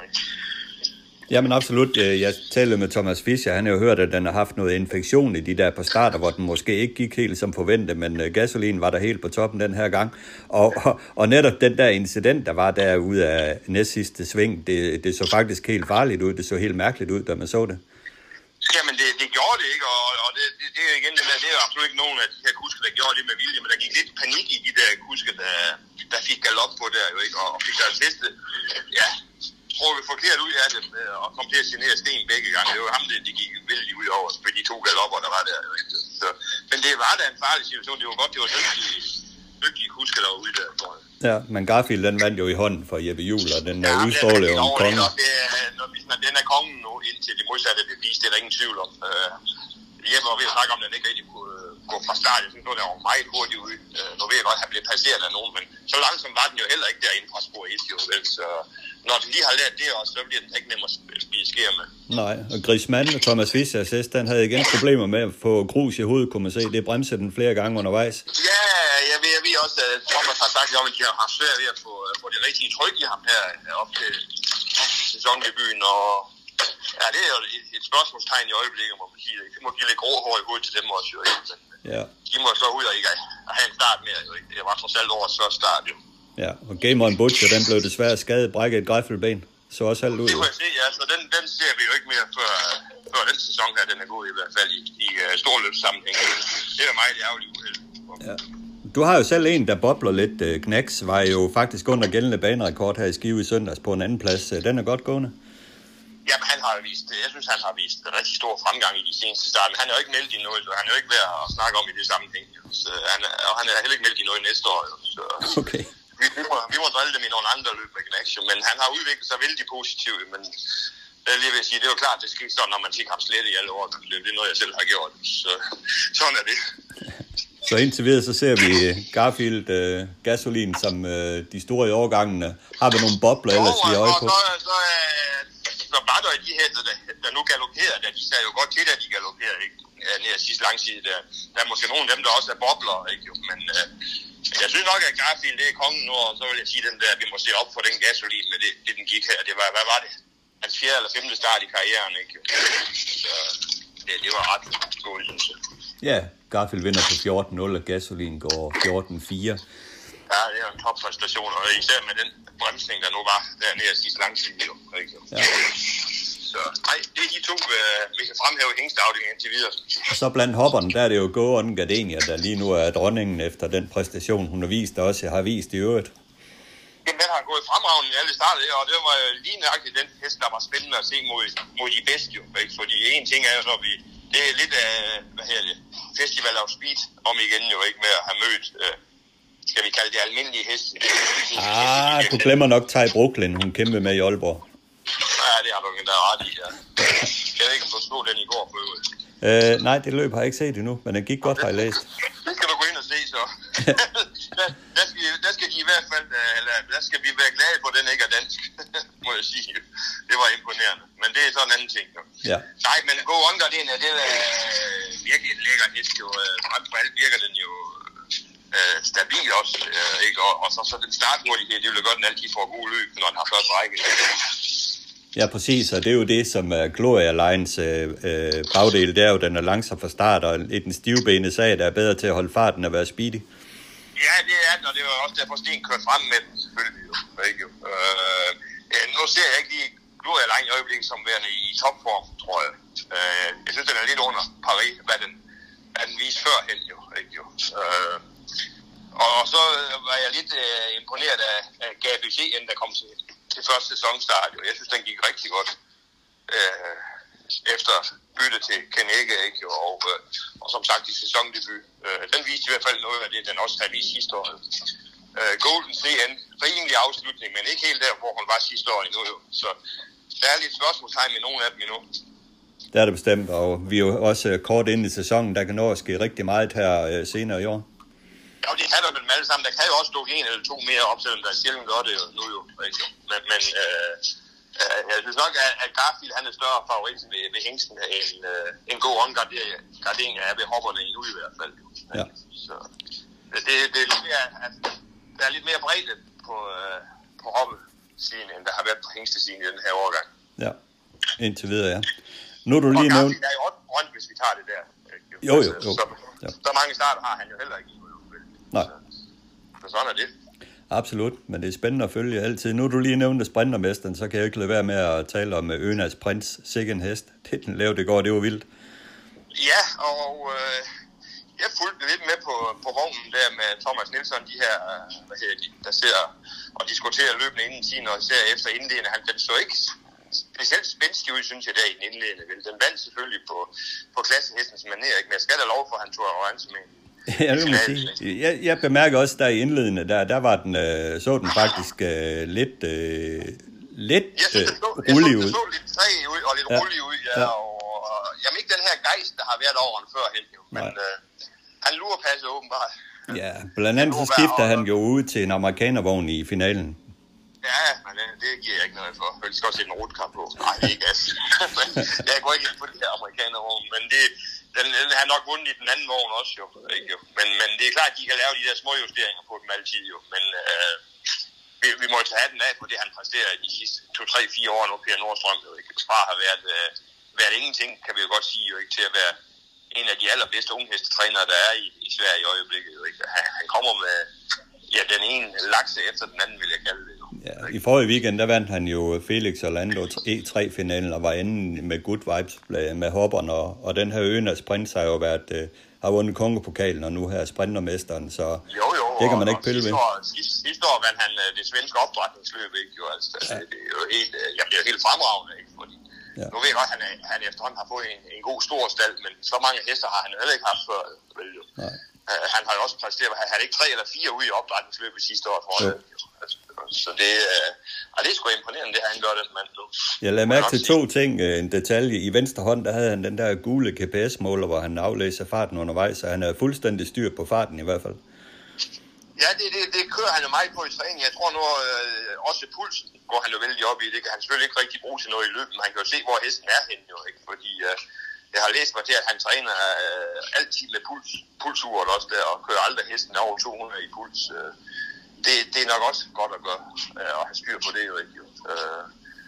Jamen absolut. Jeg talte med Thomas Fischer. Han har jo hørt, at den har haft noget infektion i de der på starter, hvor den måske ikke gik helt som forventet, men gasolin var der helt på toppen den her gang. Og, og, og netop den der incident, der var derude af næstsidste sving, det, det så faktisk helt farligt ud. Det så helt mærkeligt ud, da man så det. Jamen, det, det gjorde det ikke, og, og det, det, det er igen det der, det er absolut ikke nogen af de her kusker, der gjorde det med vilje, men der gik lidt panik i de der kusker, der, der fik galop på der, jo ikke, og fik der testet, ja, tror vi forkert ud af det, og kom til at genere Sten begge gange. Det var ham, det, det gik vældig ud over med de to galopper, der var der, jo ikke. Så, men det var da en farlig situation, det var godt, det var dygtige, dygtige kusker, der var ude der, tror jeg. Ja, men Garfield, den vandt jo i hånden for Jeppe Juhl, og den er ja, udstrålet jo om kongen. Når den er kongen nu, indtil det modsatte bevis, det er der ingen tvivl om. Uh, Jeppe var ved at snakke om, at den ikke rigtig kunne uh, gå fra start. Jeg synes, den var meget hurtigt ude. Uh, nu ved jeg godt, at han blev passeret af nogen, men så langsomt var den jo heller ikke derinde fra spor et, jo vel. Så når den lige har lært det også, så bliver den ikke nem at spise skær med. Nej, og Griezmann og Thomas Fischer, den havde igen problemer med at få grus i hovedet, kunne man se. Det bremsede den flere gange undervejs. Ja, jeg ved, jeg ved også, at Thomas har sagt om, at de har haft svært ved at få, få det rigtige tryk i ham her op til sæsondebuten, og ja, det er jo et, et spørgsmålstegn i øjeblikket, må man sige. Det må give lidt grå hår i hovedet til dem også, jo ikke? Ja. De må så ud og ikke have en start mere, jo ikke? Det var trods alt årets første start, jo. Ja, og Game on Butcher, den blev desværre skadet, brækket et græffelben. Så også halvt ud. Det må jeg se, ja. Så den, den ser vi jo ikke mere før, før den sæson her, den er god i hvert fald i, i uh, storløbssammenhæng. Det er meget ærgerligt uheld. Ja. Du har jo selv en, der bobler lidt. Knacks var jo faktisk under gældende banerekord her i Skive i søndags på en anden plads. Den er godt gående. Jamen, han har vist, jeg synes, han har vist rigtig stor fremgang i de seneste start, men han er jo ikke meldt i noget, så han er jo ikke ved at snakke om i det sammenhæng. Så han er, og han er heller ikke meldt i noget næste år. Så okay. Vi, vi, må, vi må drille dem i nogle andre løb med Knacks, men han har udviklet sig vældig positivt, men jeg lige vil sige, det er jo klart, det skal ikke sådan, når man fik ham slet i alle år. Det er noget, jeg selv har gjort, så sådan er det. Så indtil videre, så ser vi Garfield, uh, gasolin, som uh, de store i årgangene. Har vi nogle bobler ellers lige øje på? Så, så, så, så var der de heste, der, der nu galopperer, der de sagde jo godt til, at de galopperer, ikke? Ja, nede af sidste langside der. Der er måske nogle af dem, der også er bobler, ikke? Men øh, jeg synes nok, at Garfield, det er kongen nu, og så vil jeg sige den der, vi må se op for den gasolin med det, det den gik her. Det var, hvad var det? Hans fjerde eller femte start i karrieren, ikke? Så det, det var ret god, synes jeg. Ja, Garfield vinder på fjorten nul, og gasolin går fjorten fire. Ja, det er en toppræstation, og især med den bremsning, der nu var dernede af sidste langside, jo. Ikke? Ja. Så nej, det er de to, øh, vi kan fremhæve i hængsteafdelingen indtil videre. Og så blandt hopperne, der er det jo Go On Gardenia, der lige nu er dronningen efter den præstation, hun har vist, og også har vist i øvrigt. Jamen, den har gået fremragende i alle starter, og det var lige nøjagtigt den hest, der var spændende at se mod, mod de bedste, jo. Ikke? Fordi en ting er jo så, vi, det er lidt af, hvad her det, Festival of Speed om igen jo, ikke med at have mødt, øh, skal vi kalde det almindelige hest. Ah, du glemmer nok Ty Brooklyn, hun kæmpede med i Aalborg. Ja, det har du ikke ret i, ja. Jeg ved ikke, om du stod den i går på øvrigt. Øh, nej, det løb har jeg ikke set endnu, men den gik godt, har jeg læst. Det skal du gå ind og se, så. der, der, skal, der skal de i hvert fald, eller der skal vi være glade for, at den ikke er dansk, må jeg sige. Det var imponerende, men det er sådan en anden ting, jo. Ja. Nej, men Go On Gardenia, det er virkelig en lækker hest, jo. Frem for alt virker den jo øh, stabil også, øh, ikke? Og, og så, så den starthurtighed, det vil gøre, den altid får god løb, når den har første række. Ja, præcis, og det er jo det, som uh, Gloria Lines uh, uh, bagdel, det er jo, den er langsom fra start, og et den stivbenede sag, der er bedre til at holde farten og være speedy. Ja, det er den, og det var også derfor Sten kørte frem med den, selvfølgelig jo. Ikke? Øh, nu ser jeg ikke lige Gloria Line i øjeblikket som værende i topform, tror jeg. Øh, jeg synes, den er lidt under Paris, hvad den, hvad den viste førhen jo. Ikke? Jo. Øh, og så var jeg lidt øh, imponeret af, af G B C, inden der kom til til første sæsonstart. Jeg synes, den gik rigtig godt øh, efter bytte til Kenege, ikke? Og, øh, og som sagt i sæsondebut. Øh, den viste i hvert fald noget af det, den også havde vist sidste år. Øh, Golden C N, rimelig afslutning, men ikke helt der, hvor hun var sidste år endnu. Jo. Så der er lidt spørgsmålstegn med nogle af dem endnu. Det er det bestemt, og vi er jo også kort inde i sæsonen, der kan nå at ske rigtig meget her øh, senere i år. Ja, det kan der vel med alle sammen. Der kan jo også stå en eller to mere op, selvom der sjældent gør det jo nu jo. Ikke? Men, men øh, øh, jeg synes nok, at, at Garfield han er større favorit ved, ved hængsten end, øh, end Go On Gardenia er ved hopperne endnu i hvert fald. Ja. Så det, det er lidt mere, at der er lidt mere bredde på, øh, på hoppesiden, end der har været på hængstesiden i den her årgang. Ja, indtil videre, ja. Nu er du lige nævnt... nævnt... Og Garfield er jo også grønt, hvis vi tager det der. Ikke? Jo, jo, jo. Så, ja. så mange starter har han jo heller ikke. Nej. Så sådan er det. Absolut, men det er spændende at følge altid. Nu er du lige nævnt sprintermesteren, så kan jeg ikke lade være med at tale om Ønas Prins, sikke en hest. Det den lavede det går, det var vildt. Ja, og øh, jeg fulgte lidt med på, på vognen der med Thomas Nielsen, de her, hvad hedder de, der ser og diskuterer løbende inden tiden, og ser efter indledende. Han den så ikke specielt spændstig ud, synes jeg, der i den indledende. Den vandt selvfølgelig på, på klassehestens manér, ikke? Men jeg skal da lov for, at han tog over med. Ja, det må sige. Jeg, jeg bemærker også, der i indledende, der, der var den, øh, så den faktisk øh, lidt, øh, lidt øh, rolig ud. Jeg så lidt træ ud og lidt ja. rolig ud, ja, ja. Og, og jamen ikke den her gejst, der har været over den førhen, jo. Men øh, han lurer passet åbenbart. Ja, blandt andet så skifter han jo ud til en amerikanervogn i finalen. Ja, men det, det giver jeg ikke noget for. Jeg skal også se en rutkamp på. Nej, det er ikke gas. Jeg går ikke ind på det her amerikanervogn, men det, den, den har nok vundet i den anden vogn også, jo. Ikke, jo. Men, men det er klart, at de kan lave de der små justeringer på dem altid, jo. Men øh, vi, vi må tage den af på det, han præsterer i de sidste to, tre, fire år nu, Per Nordstrøm, jo. Ikke? Fra har været, øh, været ingenting, kan vi jo godt sige, jo. Ikke? Til at være en af de allerbedste unghestetrænere, der er i, i Sverige i øjeblikket, jo. Ikke? Han, han kommer med ja, den ene lakse efter den anden, vil jeg kalde det, jo. Ja, i forrige weekend, der vandt han jo Felix Orlando E tre finalen og var inde med good vibes med hopperne, og, og den her Ønas Prins har jo været, øh, har vundet kongepokalen, og nu her sprintermesteren, så jo, jo, det kan man ikke pille ved. Sidste, sidste år vandt han det svenske opdrætningsløb, ikke? Jo, altså, ja. det, det er jo helt, jeg bliver helt fremragende, ikke? Fordi ja. Nu ved jeg godt, at han, han efterhånden har fået en, en god stor stald, men så mange hester har han heller ikke haft før, vel jo. Nej. Uh, han har jo også præsteret, han havde ikke tre eller fire ude i opdrætningsløbet sidste år, tror jeg. Altså, så det, uh, det er sgu imponerende, det han gør, den mand nu. Jeg lader mærke til to ting. En detalje. I venstre hånd, der havde han den der gule G P S-måler, hvor han aflæser farten undervejs, så han er fuldstændig styr på farten i hvert fald. Ja, det, det, det kører han jo meget på i træning. Jeg tror nu øh, også pulsen går han jo vældig op i. Det kan han selvfølgelig ikke rigtig bruge til noget i løbet, men han kan jo se, hvor hesten er henne jo, ikke? Fordi øh, jeg har læst mig til, at han træner øh, altid med puls, pulsuret også der, og kører aldrig hesten over to hundrede i puls. Øh. Det, det er nok også godt at gøre, øh, at have styr på det jo, ikke? Jo. Øh,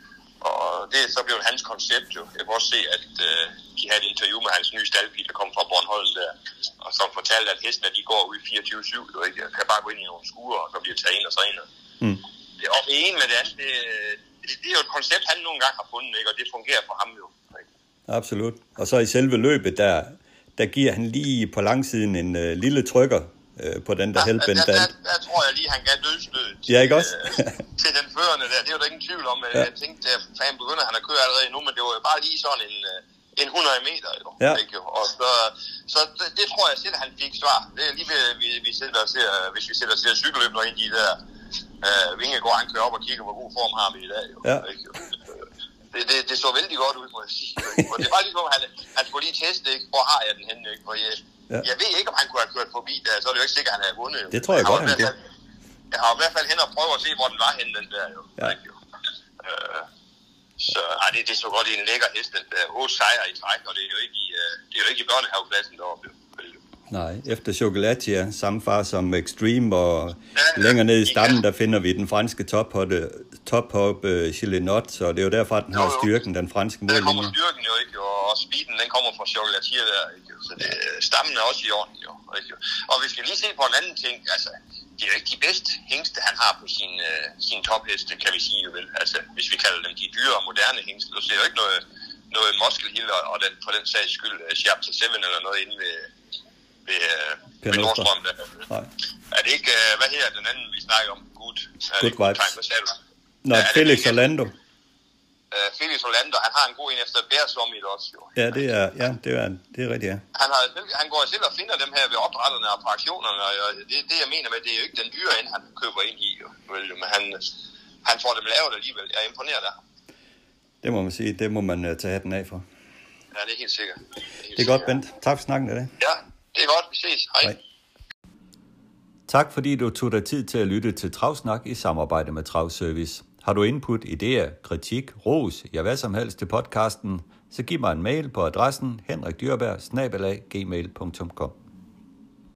og det er så blevet hans koncept jo. Jeg kan også se, at øh, de havde et interview med hans nye staldpil, der kom fra Bornholm der, og som fortalte, at hestene de går ud i fireogtyve syv, jo ikke? Jeg kan bare gå ind i nogle skuer, og så bliver taget ind og trænet. Mm. Det er også en med det andet. Det, det, det er jo et koncept, han nogle gange har fundet, ikke? Og det fungerer for ham jo. Ikke? Absolut. Og så i selve løbet, der, der giver han lige på langsiden en øh, lille trykker øh, på den der ja, helbænd. Der, der, der tror jeg lige, han gav dødstød til, ja, ikke også? øh, til den førende der. Det er jo der ingen tvivl om. Ja. Jeg tænkte, at han begynder han at køre allerede nu, men det var jo bare lige sådan en... Øh, en hundrede meter, jo. Ja. Ikke, jo? Og så, så det, det tror jeg selv, han fik svar. Det er lige ved, vi, vi sætter og ser, hvis vi sætter og ser cykelløbende ind i de der øh, Vingegaard, han kører op og kigger, hvor god form har vi i dag, jo. Ja. Ikke, jo? Det, det, det så vældig godt ud, må jeg sige. Og det var ligesom, han, han skulle lige teste, ikke? Hvor har jeg den henne, ikke? For jeg, ja. jeg ved ikke, om han kunne have kørt forbi der, så er det jo ikke sikkert, at han havde vundet. Jo. Det tror jeg, jeg godt, han kan. Jeg har i hvert fald hen og prøve at se, hvor den var henne, den der, jo. Ja. Ikke, jo? Øh, Så ej, det, det så godt i en lækker hest, den der otte sejre i træk, og det er jo ikke i, uh, det er jo ikke i børnehavepladsen deroppe. Nej, efter Chocolatia, samme far som Extreme, og ja, længere ned i stammen, ja. der finder vi den franske tophoppe, tophop uh, Chilenot, så det er jo derfor, at den har jo, styrken, den franske mållinje. Den kommer styrken jo, ikke? Og speeden, den kommer fra Chocolatia der, ikke? Så det, stammen er også i orden, jo. Ikke? Og vi skal lige se på en anden ting, altså, det er jo ikke de bedste hængste, han har på sin, uh, sin topheste, kan vi sige jo vel. Altså, hvis vi kalder dem de dyre og moderne hængste, du ser jo ikke noget, noget Muscle Hill og den, på den sags skyld uh, Chapter syv eller noget inde ved, ved, uh, ved Nordstrøm. Der. Er det ikke, uh, hvad her den anden, vi snakker om? Good, Good Vibes. Time, hvad sagde du? Nå, ja, Felix Orlando. Uh, Felix Orlando, han har en god en efter Bear Summit også, jo. Ja, det er, ja, det er, det er rigtigt, ja. Han, har, han går selv og finder dem her ved opdrætterne og på aktionerne, og det, det jeg mener med, det er jo ikke den dyre end, han køber ind i, jo. Men han, han får dem lavet alligevel. Jeg er imponeret af ham. Det må man sige, det må man uh, tage hatten af for. Ja, det er helt sikkert. Det er, helt det er godt, Bent. Tak for snakken af det. Ja, det er godt. Vi ses. Hej. Hej. Tak fordi du tog dig tid til at lytte til Travsnak i samarbejde med Travservice. Har du input, idéer, kritik, ros, ja hvad som helst til podcasten, så giv mig en mail på adressen henrik dyrberg snabel-a gmail punktum com.